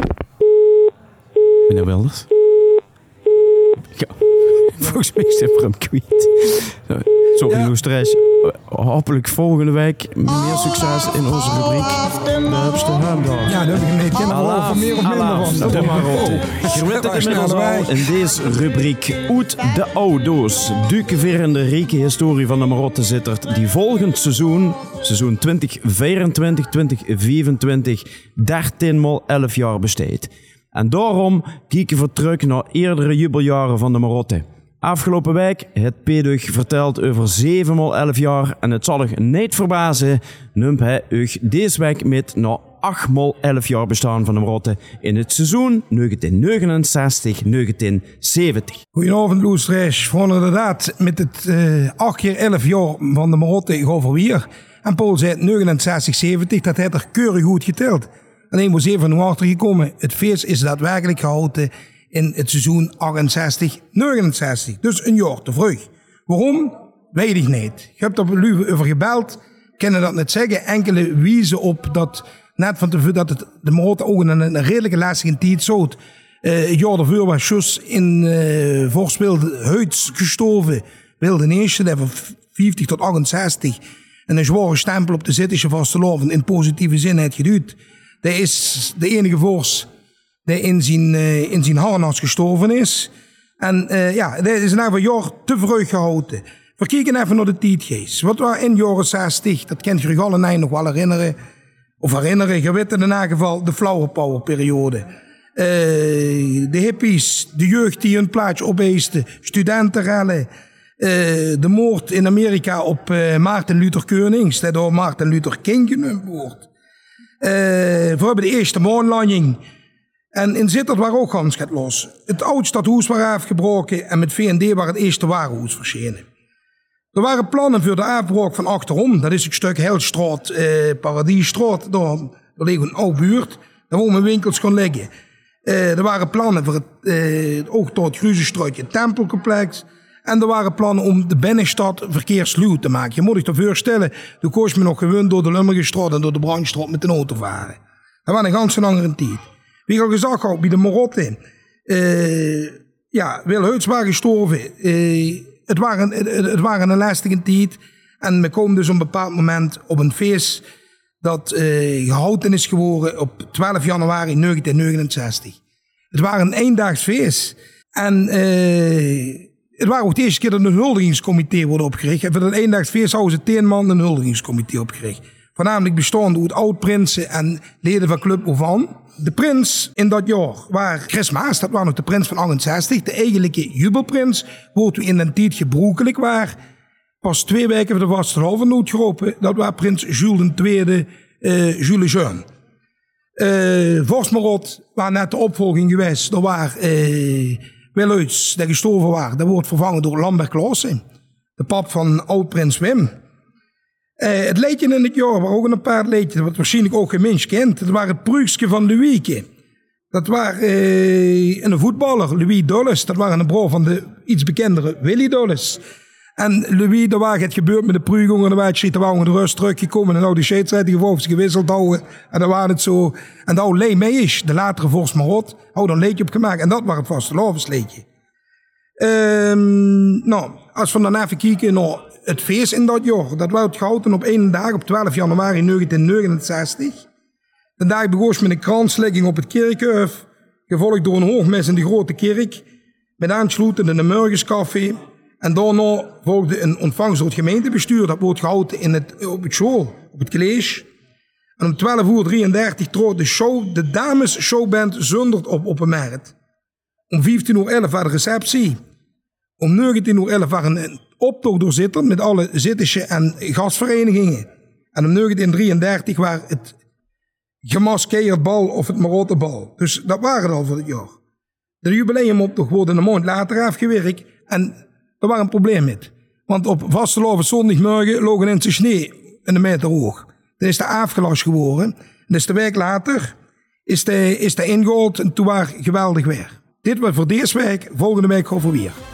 Meneer Wilders? Ja, volgens mij is het hem kwijt. Sorry, ja. Stress. Hopelijk volgende week meer succes in onze rubriek. De Hupste Hamdag. Ja, dat heb ik niet. Ik ken er wel van meer of minder van. De Marotte. Je weet het inmiddels al in deze rubriek uit de auto's. Duiken rijke historie van de Marotte zittert die volgend seizoen, seizoen twintig vierentwintig twintig vijfentwintig, dertien maal elf jaar besteedt. En daarom kijken we terug naar eerdere jubeljaren van de Marotte. Afgelopen week het Pedug verteld over zeven maal elf jaar en het zal u niet verbazen, neemt hij u deze week met naar acht maal elf jaar bestaan van de Marotte in het seizoen negentien negenenzestig negentien zeventig. Goedenavond, Loes Resch. Voor inderdaad met het uh, acht keer elf jaar van de Marotte gaan we weer En Paul zei negenenzestig zeventig, dat hij er keurig goed geteld. Alleen was even nog achter gekomen. Het feest is daadwerkelijk gehouden in het seizoen achtenzestig negenenzestig. Dus een jaar te vroeg. Waarom? Weet ik niet. Je hebt er nu over gebeld. Kunnen dat niet zeggen. Enkele wijzen op dat net van te dat het de Marotte ook een, een redelijke lastige tijd zout. Uh, het jaar daarvoor was Schuss in uh, voorspelde huids gestorven. Wilde eerste, dat van vijftig tot achtenzestig. En een zware stempel op de Zittische vastelavond in positieve zin heeft geduwd. Dat is de enige voors die in zijn, uh, in zijn harnas gestorven is. En uh, ja, dat is een jaar te vroeg gehouden. We kijken even naar de tijdgeest. Wat was in de jaren zestig, dat kent je allen nog wel herinneren. Of herinneren, je weet in ieder geval de flower power periode. Uh, de hippies, de jeugd die hun plaatje opeiste, studentenrellen. Uh, de moord in Amerika op uh, Maarten Luther Konings, dat door Maarten Luther King genoemd wordt. Uh, we hebben de eerste maanlanding. En in Zittert waar ook gans gaat los. Het oud stadhuis was afgebroken en met V en D waar het eerste warenhuis verschenen. Er waren plannen voor de afbraak van achterom. Dat is een stuk Helstraat, uh, Paradiesstraat. Daar, daar ligt een oude buurt. Daar wonen winkels gaan liggen. Uh, er waren plannen voor het, uh, ook tot het Gruzenstruitje tempelcomplex. En er waren plannen om de binnenstad verkeerssluw te maken. Je moet je je voorstellen, toen koos me nog gewoon door de Lummergestraat en door de Brandstraat met een auto varen. Dat was een ganse langere tijd. Wie ik al gezegd had, bij de Marotte, uh, ja, Wil Huids waren gestorven. Uh, het, waren, het, het waren een lastige tijd. En we komen dus op een bepaald moment op een feest dat uh, gehouden is geworden op twaalf januari negentien negenenzestig. Het was een eendaags feest. En uh, het was ook de eerste keer dat een huldigingscomité wordt opgericht. En voor dat eendaags feest hadden ze tien man een huldigingscomité opgericht. Voornamelijk bestaande uit oud-prinsen en leden van Club Ovan. De prins in dat jaar was Chris Maas, dat was nog de prins van achtenzestig. De eigenlijke jubelprins, wordt in een tijd gebroekelijk waar. Pas twee weken voor de vastelavond uitgeroepen, dat was prins Jules de Tweede, uh, Jules Jean. Uh, Vosmerot was net de opvolging geweest. Dat was uh, Wil Huids, die gestorven was. Dat wordt vervangen door Lambert Klaassen, de pap van oud-prins Wim. Uh, het leedje in het jaar waren ook een paar leedjes, wat waarschijnlijk ook geen mens kent. Dat waren het Pruikske van Louiske. Dat was uh, een voetballer, Louis Dulles. Dat was een broer van de iets bekendere Willy Dulles. En Louis, daar was het gebeurd met de Pruiging en de wedstrijd. Daar waren de rust teruggekomen en nou de scheidsrechter gewoon gewisseld houden. En dan was het zo. En dan Lee Meijers, de latere Vorst Marot, had er een leedje op gemaakt. En dat was het vastelavondsleedje. Um, nou, als we dan even kijken naar het feest in dat jaar. Dat werd gehouden op één dag op twaalf januari negentien negenenzestig. De dag begon met een kranslegging op het kerkhof. Gevolgd door een hoogmis in de grote kerk. Met aansluitend in de Murgerscafé. En daarna volgde een ontvangst door het gemeentebestuur. Dat wordt gehouden in het, op het school, op het college. En om twaalf uur drieëndertig trok de show, de dames showband Zundert op op een markt. Om vijftien uur elf was de receptie. Om negentien uur elf was een optocht door Zittert met alle Zittische en gastverenigingen. En om negentien drieëndertig was het gemaskeerd bal of het Marottebal. Dus dat waren het al voor het jaar. De jubileumoptocht wordt een maand later afgewerkt. En er was een probleem met. Want op vastelavond zondagmorgen logen in de sneeuw een meter hoog. Dan is de afgelast geworden. Dus de week later is de, is de ingehaald en toen was geweldig weer. Dit was voor deze week, volgende week gewoon voor weer.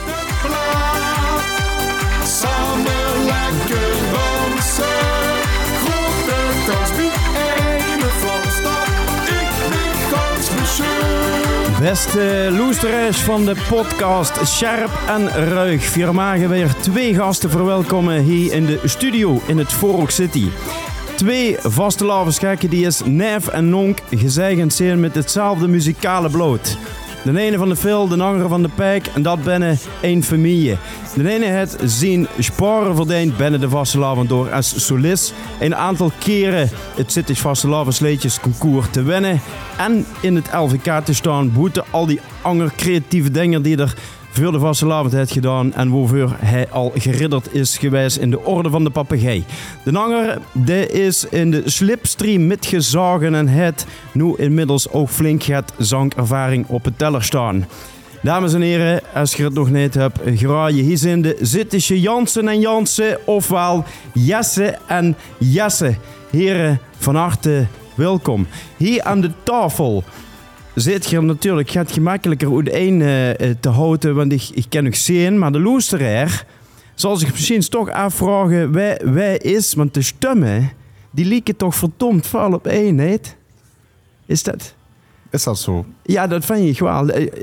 Samen lekker dansen. Grote kans biedt ene van stad. Ik ben kans bescheuren. Beste luisteraars van de podcast Scherp en Ruig. We mogen weer twee gasten verwelkomen hier in de studio in het Forok City. Twee vastelavondsgekken die is neef en nonk gezegend zijn met hetzelfde muzikale bloot. De ene van de Phil, de andere van de Pijk en dat binnen één familie. De ene heeft zijn sparen verdiend binnen de vastelavond door als solist een aantal keren het Zittisch vastelavondsleedjesconcours te winnen en in het L V K te staan boeten al die andere creatieve dingen die er voor de vastelavond heeft gedaan en waarvoor hij al geridderd is geweest in de orde van de papegaai. De ander die is in de slipstream metgezagen en heeft nu inmiddels ook flink het zangervaring op het teller staan. Dames en heren, als je het nog niet hebt, graag je hier in de Zittische Jansen en Jansen, ofwel Jesse en Jesse. Heren, van harte welkom. Hier aan de tafel zit je natuurlijk, gaat gemakkelijker uit één uh, te houden, want ik, ik ken nog zien, maar de luisteraar zal zich misschien toch afvragen, wij, wij is, want de stemmen, die lieken toch verdomd veel op één, niet? Is dat... Is dat zo? Ja, dat vind ik wel.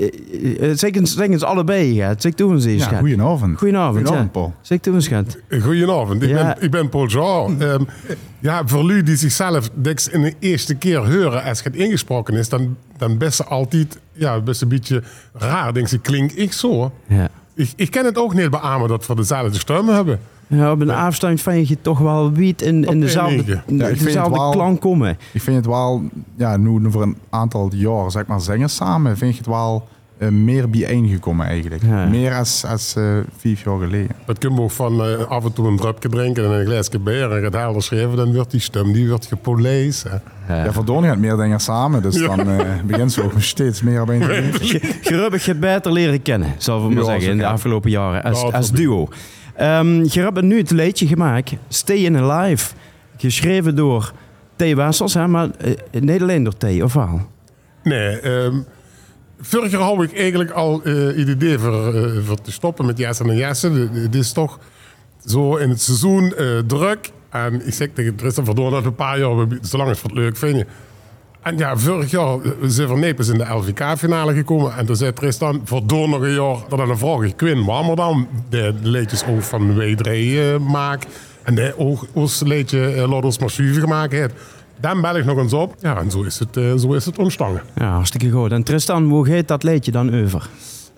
Zeggen ze allebei, gaat. Zeg toen eens, ja, goedenavond. Goedenavond, goedenavond ja. Paul. Zeg toen eens, gaat. Goedenavond, ik, ja. ben, ik ben Paul Jean. um, ja, voor u die zichzelf diks in de eerste keer horen als het ingesproken is, dan, dan best ze altijd ja, best een beetje raar. Denk ze, klink ik zo? Ja. Ik, ik ken het ook niet beamen dat we dezelfde stemmen hebben. Ja, op een ja. afstand vind je toch wel wiet in, in dezelfde, ja, dezelfde wel, klank komen. Ik vind het wel, ja, nu voor een aantal jaar, zeg maar, zingen samen, vind ik het wel uh, meer bijeengekomen eigenlijk. Ja. Meer als, als uh, vijf jaar geleden. Dat kun je ook van uh, af en toe een drupje drinken en een glaasje bier en het helder schrijven, dan wordt die stem, die wordt gepolijst. Ja, ja voor gaat meer dingen samen, dus ja. dan uh, begint ze ook steeds meer op een te doen. Gerubbig je beter leren kennen, zal ik maar ja, zeggen, in de afgelopen jaren, als, ja, als duo. Um, je hebt nu het liedje gemaakt, Stayin' Alive, geschreven door T. Wessels, hè, maar uh, niet alleen door T, of wel? Nee, um, vorig jaar had ik eigenlijk al uh, het idee voor, uh, voor te stoppen met Jesse en Jesse. Het is toch zo in het seizoen uh, druk. En ik zeg tegen Tristan Verdoorn dat we een paar jaar, zolang het voor het leuk vinden. En ja, vorig jaar zijn we Nepes in de L V K-finale gekomen. En toen zei Tristan, voor door nog een jaar, dat dan een vraag ik win. Waarom dan de liedjes ook van W drie uh, maak. En de ook ons liedje uh, Laat ons maar schuiven gemaakt heeft. Dan bel ik nog eens op. Ja, en zo is het, uh, zo is het ontstaan. Ja, hartstikke goed. En Tristan, hoe gaat dat liedje dan over?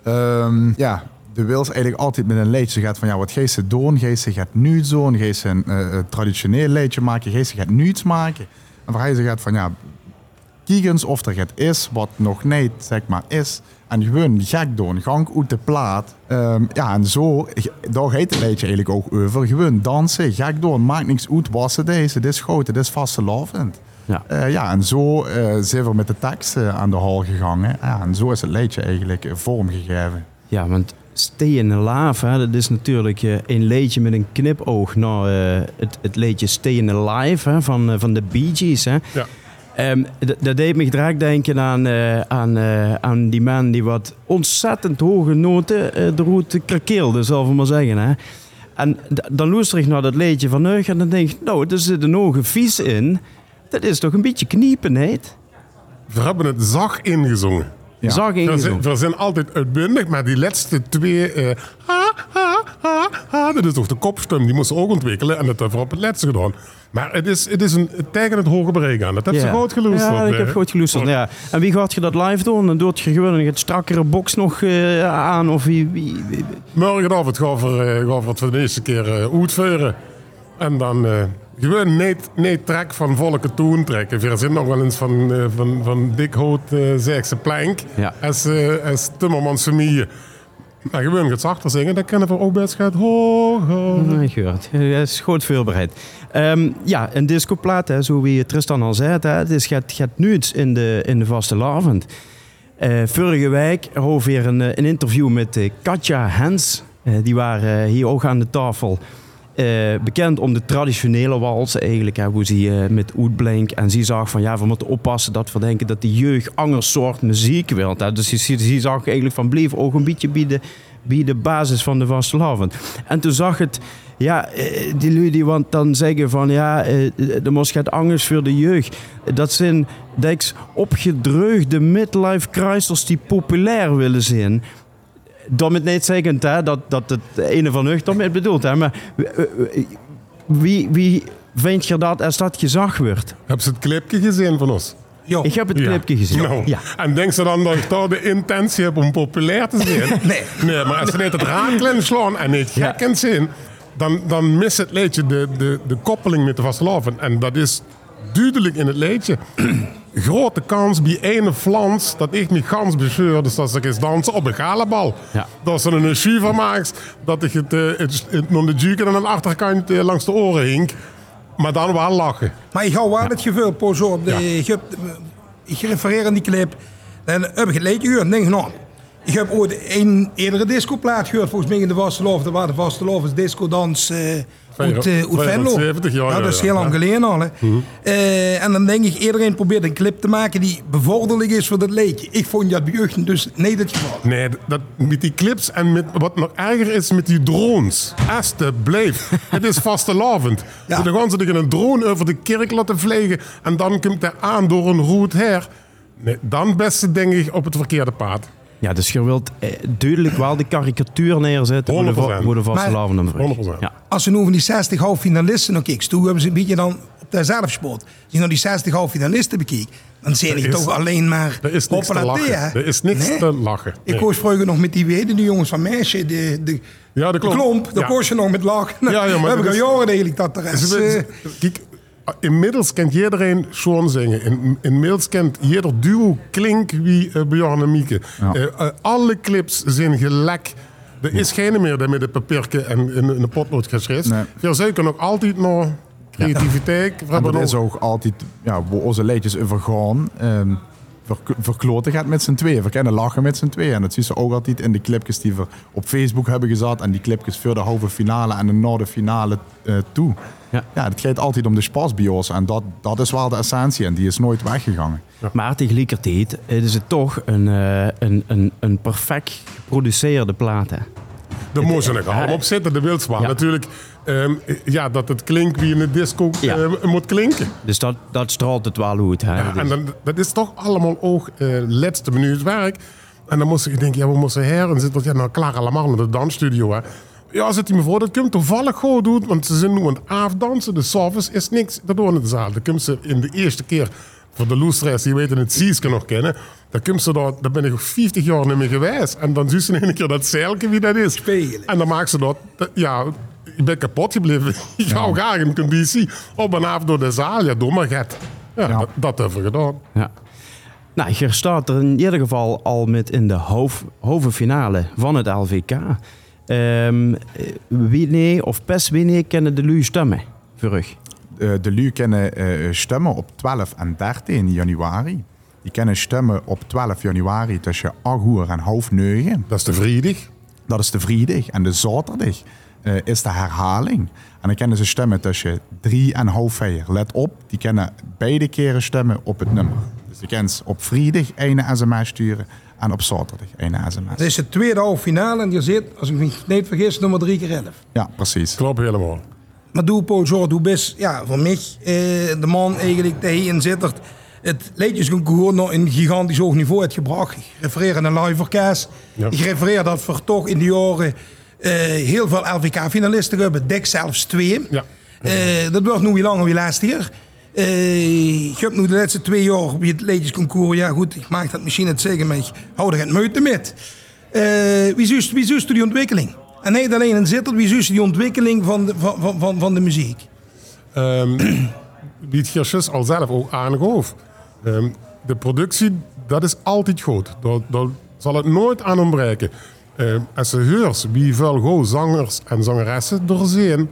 Um, ja, de Wils eigenlijk altijd met een liedje gaat van ja, wat geest ze doen? Geest ze gaat nu doen? Geest ze een uh, traditioneel liedje maken? Geest ze gaat niets maken? En waar hij ze gaat van ja, kijk eens of er het is wat nog niet zeg maar is. En gewoon gek doen, gang uit de plaat. Um, ja, en zo, daar heet het liedje eigenlijk ook over. Gewoon dansen, gek doen, maakt niks uit wat het is. Het is goed, het is vastelavond. Ja. Uh, ja, en zo uh, zijn we met de tekst uh, aan de hal gegaan. Ja, en zo is het liedje eigenlijk uh, vormgegeven. Ja, want Stayin' Alive, hè, dat is natuurlijk uh, een liedje met een knipoog naar uh, het, het liedje Stayin' Alive hè, van, uh, van de Bee Gees. Hè. Ja. Um, d- dat deed me direct denken aan, uh, aan, uh, aan die man die wat ontzettend hoge noten uh, de route krakeelde, zal ik maar zeggen. Hè. En d- dan luister ik naar dat liedje van Neug en dan denk ik, nou, er zit een hoge vies in. Dat is toch een beetje kniepen, niet? We hebben het zacht ingezongen. Ja. Zacht ingezongen. We zijn, zijn altijd uitbundig, maar die laatste twee... Uh, ha, ha, ha, ha, dat is toch de kopstem, die moesten ook ontwikkelen. En dat hebben we op het laatste gedaan. Maar het is, het is een tegen het hoge bereik aan. Dat heb je ja. goed geluisterd. Ja, ik heb goed geluisterd. Ja. En wie gaat je dat live doen? Dan doet je gewoon een strakkere box nog uh, aan? Of wie, wie, wie? Morgenavond gaan we, uh, gaan we het voor de eerste keer uh, uitvoeren. En dan uh, gewoon niet, niet trek van volke toen trekken. We zijn nog wel eens van, uh, van, van dik hout uh, Zeegse plank. Ja. Als, uh, als Timmermans familie. Maar gewoon het zachter zingen, dan kunnen we ook best gaat hoger. Nee, gehoord. Dat is goed voorbereid. Um, ja, een discoplaat, hè, zo wie Tristan al zei. Hè, het is, gaat, gaat nu iets in de, in de vastelavond. Uh, vorige week hadden we weer een, een interview met uh, Katja Hens. Uh, die waren uh, hier ook aan de tafel. Uh, bekend om de traditionele wals eigenlijk, hè, hoe ze uh, met uitblink. En ze zag van ja, we moeten oppassen dat we denken dat de jeugd ander soort muziek wil. Hè. Dus ze zag eigenlijk van blijf ook een beetje bij de, bij de basis van de vastelavond. En toen zag het, ja, uh, die lui die want dan zeggen van ja, uh, de mos gaat angst voor de jeugd. Dat zijn deks opgedreugde midlife crisis die populair willen zijn. Dat met niet zeggen hè, dat, dat het ene van hun daarmee bedoelt. Hè, maar wie, wie vind je dat als dat gezag wordt? Heb je het clipje gezien van ons? Jo. Ik heb het clipje ja. gezien. No. Ja. En denk ze dan dat ik daar de intentie heb om populair te zijn? nee. Nee, maar als ze niet het raaklen slaan en niet gek ja. zijn, dan, dan mist het liedje de, de, de koppeling met de vastelavond. En dat is duidelijk in het liedje. Grote kans bij ene Flans dat ik me gans bescheur, dus dat ze eens dansen op een galenbal. Ja. Dat ze een schuiver maakt, dat ik het, uh, het, het nog de juken aan de achterkant uh, langs de oren hink. Maar dan wel lachen. Maar ik hou wel het gevoel, Pozo, ja. ik refereer aan die clip. Dan heb ik het liedje gehoord en denk nou, Ik heb ooit een eerdere discoplaat gehoord, volgens mij in de Vasteloven. Dat was de Vastelovens discodans uh, uit, uh, uit Venlo. zeventig jaar, ja, dat is heel ja. lang geleden al. Hè. Mm-hmm. Uh, en dan denk ik, iedereen probeert een clip te maken die bevorderlijk is voor dat liedje. Ik vond dat bij jeugd dus niet het geval. Nee, dat, met die clips en met, wat nog erger is met die drones. Alsjeblieft. Het is vastelavond. Ja. Dan gaan ze tegen een drone over de kerk laten vliegen en dan komt hij aan door een route her. Nee, dan best denk ik op het verkeerde pad. Ja, dus je wilt eh, duidelijk wel de karikatuur neerzetten hoe de, va- hoe de vastelavond hem honderd procent. Ja. Als we nu van die zestig halffinalisten nog kijken, toen hebben ze een beetje dan op de zelfsport. Als je nou die zestig halffinalisten bekijkt, dan zie je is- toch alleen maar Er is niks te hoppelaté, lachen. hè? Er is niks Nee. te lachen. Ik Nee. koos vroeger nog met die weden, die jongens van Meisje, de, de, Ja, de de klomp. klomp. Daar Ja. koos je nog met lachen. Ja, ja, maar we hebben dat al is- jaren eigenlijk dat de rest... Ze- eh, ze- Kijk, inmiddels kent iedereen Sean zingen. In, inmiddels kent ieder duo Klink wie uh, Bjorn en Mieke. Ja. Uh, uh, alle clips zijn gelijk. Er is geen meer dat met een papiertje en in een potlood geschreven. Nee. Veel zeker nog altijd nog creativiteit. We En hebben dat is nog- ook altijd, ja, waar onze liedjes over gaan. Um, ver- verkloten gaat met z'n tweeën. We kunnen lachen met z'n tweeën. En dat zie je ook altijd in de clipjes die we op Facebook hebben gezet. En die clipjes voor de halve finale en na de finale uh, toe. Ja. Ja, het gaat altijd om de spasbios. En dat, dat is wel de essentie. En die is nooit weggegangen. Maar tegelijkertijd is het toch een, uh, een, een, een perfect geproduceerde plaat. Hè? Daar moest je nog Ja. allemaal op zitten, de wildsbaan. Ja. Natuurlijk, um, ja, dat het klinkt wie in de disco Ja. uh, moet klinken. Dus dat, dat straalt het wel uit. Hè? Ja, Dus- en dan, dat is toch allemaal ook uh, laatste minuut werk. En dan moest ik denken, ja, we moeten her. En zit dat ja, nou klaar allemaal met de dansstudio. Hè. Ja, zit hij me voor, dat komt toevallig goed doen. Want ze zijn nu aan het afdansen. De s'avonds is niks. Dat doen in de zaal. Dan komt ze in de eerste keer, voor de loestrijders die weten het Sieske nog kennen. Dan komt ze daar, daar ben ik nog vijftig jaar niet meer geweest. En dan zie ze in een keer dat zeilke wie dat is. Spelen. En dan maakt ze dat, dat- ja, ik ben kapot gebleven. Ik hou graag een conditie. Op en af door de zaal. Ja, doe maar get. Ja, Ja. Dat, dat hebben we gedaan. Ja. Nou, je staat er in ieder geval al met in de hoofd, halve finale van het L V K. Um, Wanneer of pas wanneer kennen de lui stemmen voor u? Uh, de Lu kunnen uh, stemmen op twaalf en dertien januari. Die kunnen stemmen op twaalf januari tussen acht uur en half negen. Dat is de vrijdag. Dat is de vrijdag. En de zaterdag uh, is de herhaling. En dan kunnen ze stemmen tussen drie en half vier. Let op, die kunnen beide keren stemmen op het nummer. Dus je kunt op vrijdag een sms sturen en op zaterdag een sms. Het is de tweede halve finale en je zit, als ik me niet vergis, nummer drie keer elf. Ja, precies. Klopt helemaal. Maar doe Paul George, doe best, ja, voor mij, eh, de man eigenlijk die hierin zit, er, het liedjesconcours nog een gigantisch hoog niveau heeft gebracht. Ik refereer aan een liveverkaas. Ja. Ik refereer dat we toch in die jaren eh, heel veel L V K-finalisten hebben, dik zelfs twee. Ja. Eh, dat wordt nu wie langer wie laatste jaar. Uh, ik heb nu de laatste twee jaar bij het liedjesconcours, ja goed, ik maak dat misschien het zeggen, maar ik hou er het moeite met. Uh, wie zuist wie zuist die ontwikkeling? En niet alleen in Zittert, wie zuist die ontwikkeling van de, van, van, van de muziek? Um, wie het Gersjes al zelf ook aangaf. Um, de productie, dat is altijd goed. Daar, daar zal het nooit aan ontbreken. Um, als je hoort wie veel go zangers en zangeressen er zijn,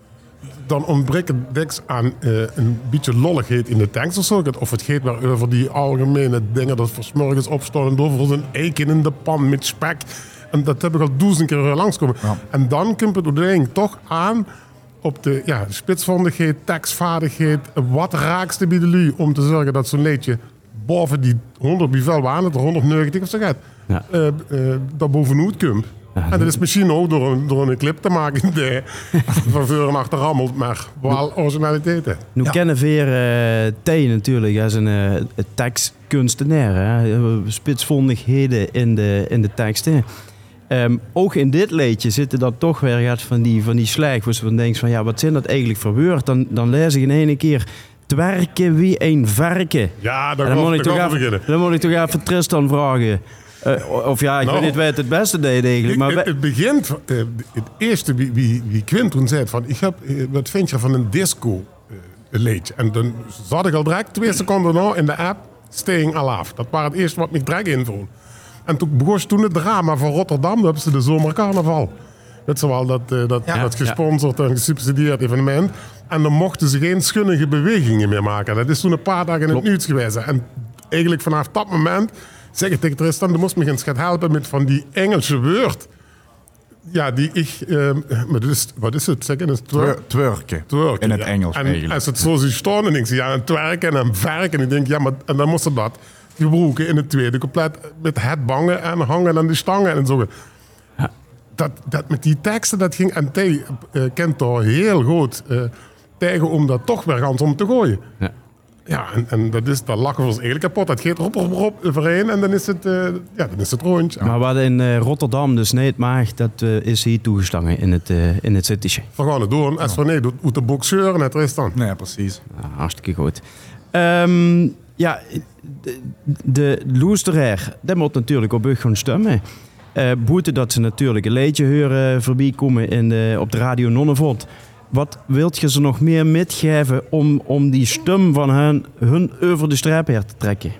dan ontbreekt het niks aan uh, een beetje lolligheid in de tekst of zo. Of het gaat maar over die algemene dingen dat voor 's morgens opstaan en door voor een eiken in de pan met spek. En dat heb ik al duizend keer langskomen. Ja. En dan komt het uiteindelijk toch aan op de ja, spitsvondigheid, tekstvaardigheid. Wat raakste bij de lui om te zorgen dat zo'n liedje boven die honderd, wie veel waren het, honderdnegentig of zo gaat, Ja. uh, uh, daar bovenuit komt. Ja, En dat is misschien ook door een, door een clip te maken die van voor en achter rammelt, maar wel originaliteit heeft. Nu Ja. kennen we uh, T natuurlijk als een uh, tekstkunstenaar. Hè? Spitsvondigheden in de, in de teksten. Um, ook in dit liedje zitten dat toch weer gaat van die, van die slijk. Waar je denkt van ja, wat zijn dat eigenlijk voor woord? Dan, dan lees ik in één keer twerken wie een varken. Ja, daar En dan, gaan moet ik we toch even, beginnen. dan moet ik toch even Tristan vragen. Uh, of ja, ik Nou, weet niet wie het het beste deed eigenlijk. Maar het, het begint, uh, het eerste wie, wie, wie Quint toen zei van, ik heb, uh, wat vind je van een disco uh, liedje? En dan zat ik al direct, twee seconden na in de app, Staying Alive. Dat was het eerste wat ik direct invoelde. En toen begon ze toen het drama van Rotterdam, dat hebben ze de zomercarnaval. Dat is wel dat, uh, dat, Ja. dat gesponsord en gesubsidieerd evenement. En dan mochten ze geen schunnige bewegingen meer maken. Dat is toen een paar dagen in het nieuws geweest. En eigenlijk vanaf dat moment zeg ik tegen Tristan, du moest me eens gaan helpen met van die Engelse woord. Ja, die ik... Uh, maar dus, wat is het? Zeg in het twer- Twerken. twerken. In het ja. Engels en eigenlijk. als het zo zie staan, dan denk ik, ja, een twerken en een verken. En ik denk, ja, maar en dan moest ze dat gebruiken in het tweede compleet met het bangen en hangen aan de stangen en zo. Ja. Dat, dat met die teksten, dat ging... En hij uh, kent daar heel goed uh, tegen om dat toch weer gans om te gooien. Ja. Ja, en, en dat is, dat lachen we ons eigenlijk kapot. Dat gaat erop, erop, erop, overheen en dan is het, uh, ja, dan is het rondje. Maar wat in uh, Rotterdam dus niet mag, dat uh, is hier toegestangen in het, uh, in het citytje. We gaan het doen. Als we niet, doet de boxeur net rest dan. Nee, precies. Ja, hartstikke goed. Um, ja, de, de loesteraar, dat moet natuurlijk op u gaan stemmen. Uh, boete dat ze natuurlijk een liedje horen voorbij komen in de, op de radio Nonnevot. Wat wilt je ze nog meer metgeven om, om die stem van hun, hun over de streep her te trekken?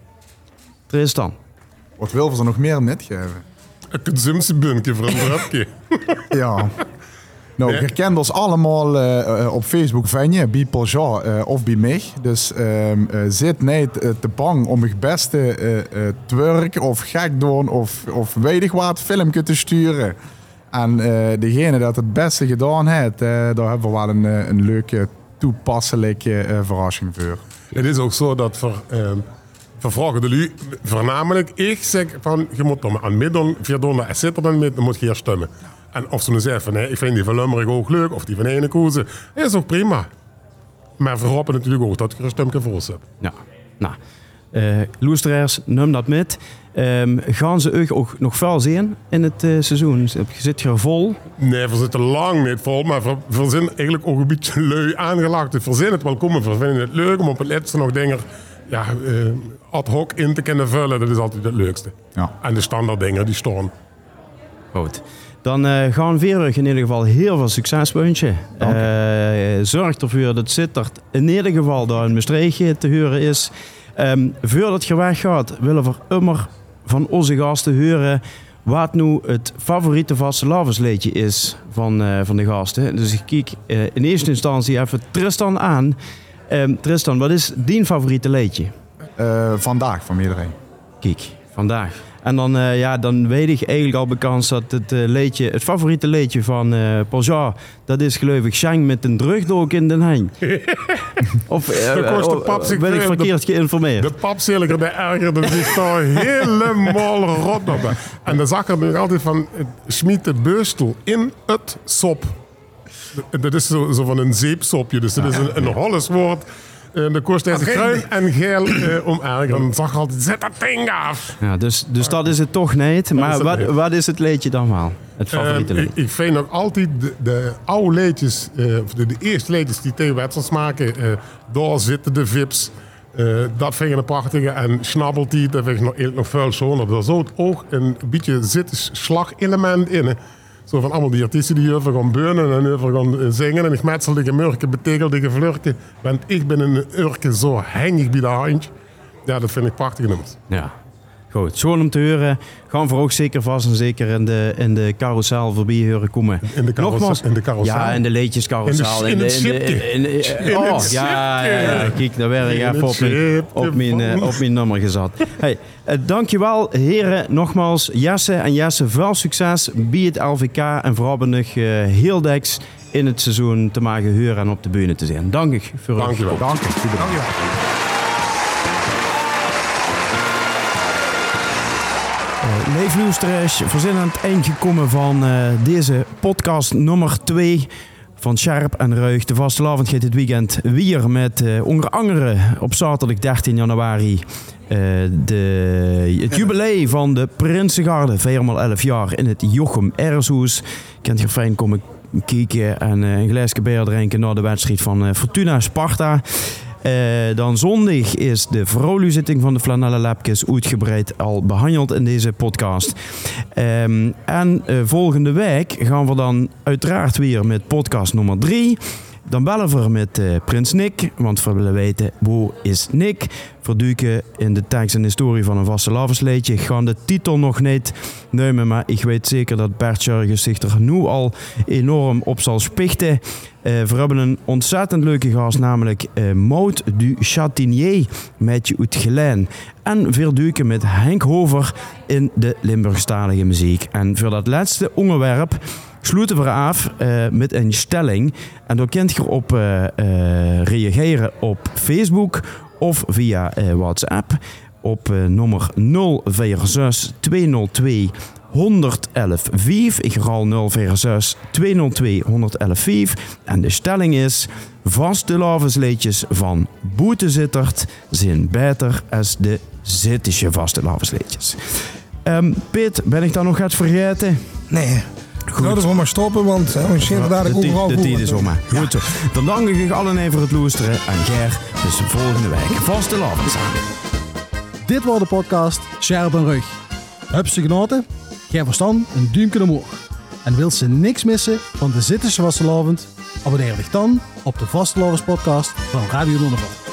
Tristan. Wat wil ze nog meer metgeven? Een consumptiebunkje voor een drapje. Ja. Nou, Nee. je kent ons allemaal uh, op Facebook vinden, bij Paul Jean uh, of bij mij. Dus um, uh, zit niet uh, te bang om het beste uh, uh, twerk of gek doen of, of weet ik wat filmpje te sturen. En uh, degene dat het beste gedaan heeft, uh, daar hebben we wel een, een leuke toepasselijke uh, verrassing voor. Het is ook zo dat voor, uh, voor vragen de lui, voornamelijk ik zeg van, je moet er aan midden, vier doen, er zit er dan met, dan moet je hier stemmen. En of ze nu zeggen van, nee, ik vind die van Lummerig ook leuk, of die van Ene Koeze, is ook prima. Maar we hopen natuurlijk ook dat je er een stemje voor ons hebt. Ja, nou, uh, luisteraars, neem dat met. Um, gaan ze u ook nog veel zien in het uh, seizoen? Zit je er vol? Nee, we zitten lang niet vol, maar we, we zijn eigenlijk ook een beetje lui aangelakt. We verzinnen het wel komen, we vinden het leuk om op het laatste nog dingen ja, uh, ad hoc in te kunnen vullen. Dat is altijd het leukste. Ja. En de standaard dingen die staan. Goed. Dan uh, gaan we in ieder geval heel veel succes wensen. Uh, zorg ervoor dat Sittard in ieder geval daar in Maastricht te horen is. Um, voordat je weggaat, willen we immer van onze gasten horen wat nu het favoriete vastelavondsliedje is van, uh, van de gasten. Dus ik kijk uh, in eerste instantie even Tristan aan. Um, Tristan, wat is die favoriete liedje? Uh, vandaag van iedereen. Kijk, vandaag. En dan, uh, ja, dan weet ik eigenlijk al bekend dat het, uh, liedje, het favoriete liedje van uh, Paul Jean, dat is geloof ik Schenk met een drugdook in den hang. Of uh, uh, ben ik verkeerd de, geïnformeerd? De papzeliger, de ergerde zich daar helemaal rot op. En dan zag er nog altijd van, smiet de beustel in het sop. Dat is zo, zo van een zeepsopje, dus dat is een, een Hollands woord. Uh, de kost is kruin en geel uh, om erger. Dan zag je altijd, zet dat ding af. Ja, dus, dus dat is het toch niet. Maar wat, wat is het liedje dan wel? Het favoriete uh, liedje? Ik, ik vind nog altijd de, de oude liedjes, uh, de, de eerste liedjes die tegen wedstrijds maken. Uh, daar zitten de vips. Uh, dat vind ik een prachtige. En Snabbeltiet, dat vind ik nog, nog veel schoner. Daar zit ook een beetje zitten slagelement in. Hè. Zo van allemaal die artiesten die over gaan beunen en over gaan zingen. En ik metselige murken, betekelige vlurken. Want ik ben een urke zo hengig bij de handje. Ja, dat vind ik prachtige nummers. Ja, goed. Schoon om te horen. Gaan we ook zeker vast en zeker in de, in de carousel voorbij horen komen. In de carousel? In de carousel? Ja, in de leedjescarousel. In, de, in, in, in, in, in, in, oh, ja, ja, ja, kijk, daar werd ik even op mijn, op, mijn, uh, op mijn nummer gezet. Hey, uh, dankjewel heren, nogmaals. Jesse en Jesse, veel succes bij het L V K. En vooral ben ik uh, heel deks in het seizoen te mogen horen en op de bühne te zijn. Dank je voor Dank je wel. Dank je. Dank je. Leefluisteraars, we zijn aan het eind gekomen van uh, deze podcast nummer twee van Scherp en Ruig. De vastelavond gaat dit weekend weer met uh, onder andere op zaterdag dertien januari uh, de, het jubileum van de Prinsengarde. viermaal elf jaar in het Jochem Ereshoes. Kent je fijn komen kijken en uh, een glaasje bier drinken na de wedstrijd van uh, Fortuna Sparta. Uh, dan zondag is de vrouwenzitting van de Flanelle Lapkes uitgebreid al behandeld in deze podcast. Um, en uh, volgende week gaan we dan uiteraard weer met podcast nummer drie. Dan bellen we met uh, Prins Nick, want we willen weten hoe is Nick. verduiken in de tekst en historie van een vastelavondsliedje. Ik ga de titel nog niet nemen, maar ik weet zeker dat Bert Jurgens zich er nu al enorm op zal spichten. Uh, we hebben een ontzettend leuke gast, namelijk uh, Maud du Chatinier met je uit Gelijn. En verduiken met Henk Hover in de Limburgstalige muziek. En voor dat laatste onderwerp sluiten we af uh, met een stelling. En daar kunt je op uh, uh, reageren op Facebook of via uh, WhatsApp op uh, nummer nul vier zes twee nul twee een een een vijf. Ik herhaal nul vier zes twee nul twee een een een vijf. En de stelling is: vastelavondsliedjes van Boetezittert zijn beter als de Zittische vastelavondsliedjes. Um, Piet, ben ik dan nog het vergeten? Nee. Goed. Nou, dat we maar stoppen, want we zitten dadelijk overal. De tijd is om. Goed zo. Dan dank ik allen even voor het luisteren. En Ger, dus volgende week vastelavond samen. Dit was de podcast Scherp en Rug. Heb ze genoten? Geef verstand een duimpje omhoog. En wil ze niks missen van de Zittische vastelavond? Abonneer dich dan op de Vastelavondspodcast van Radio Nonnenvoort.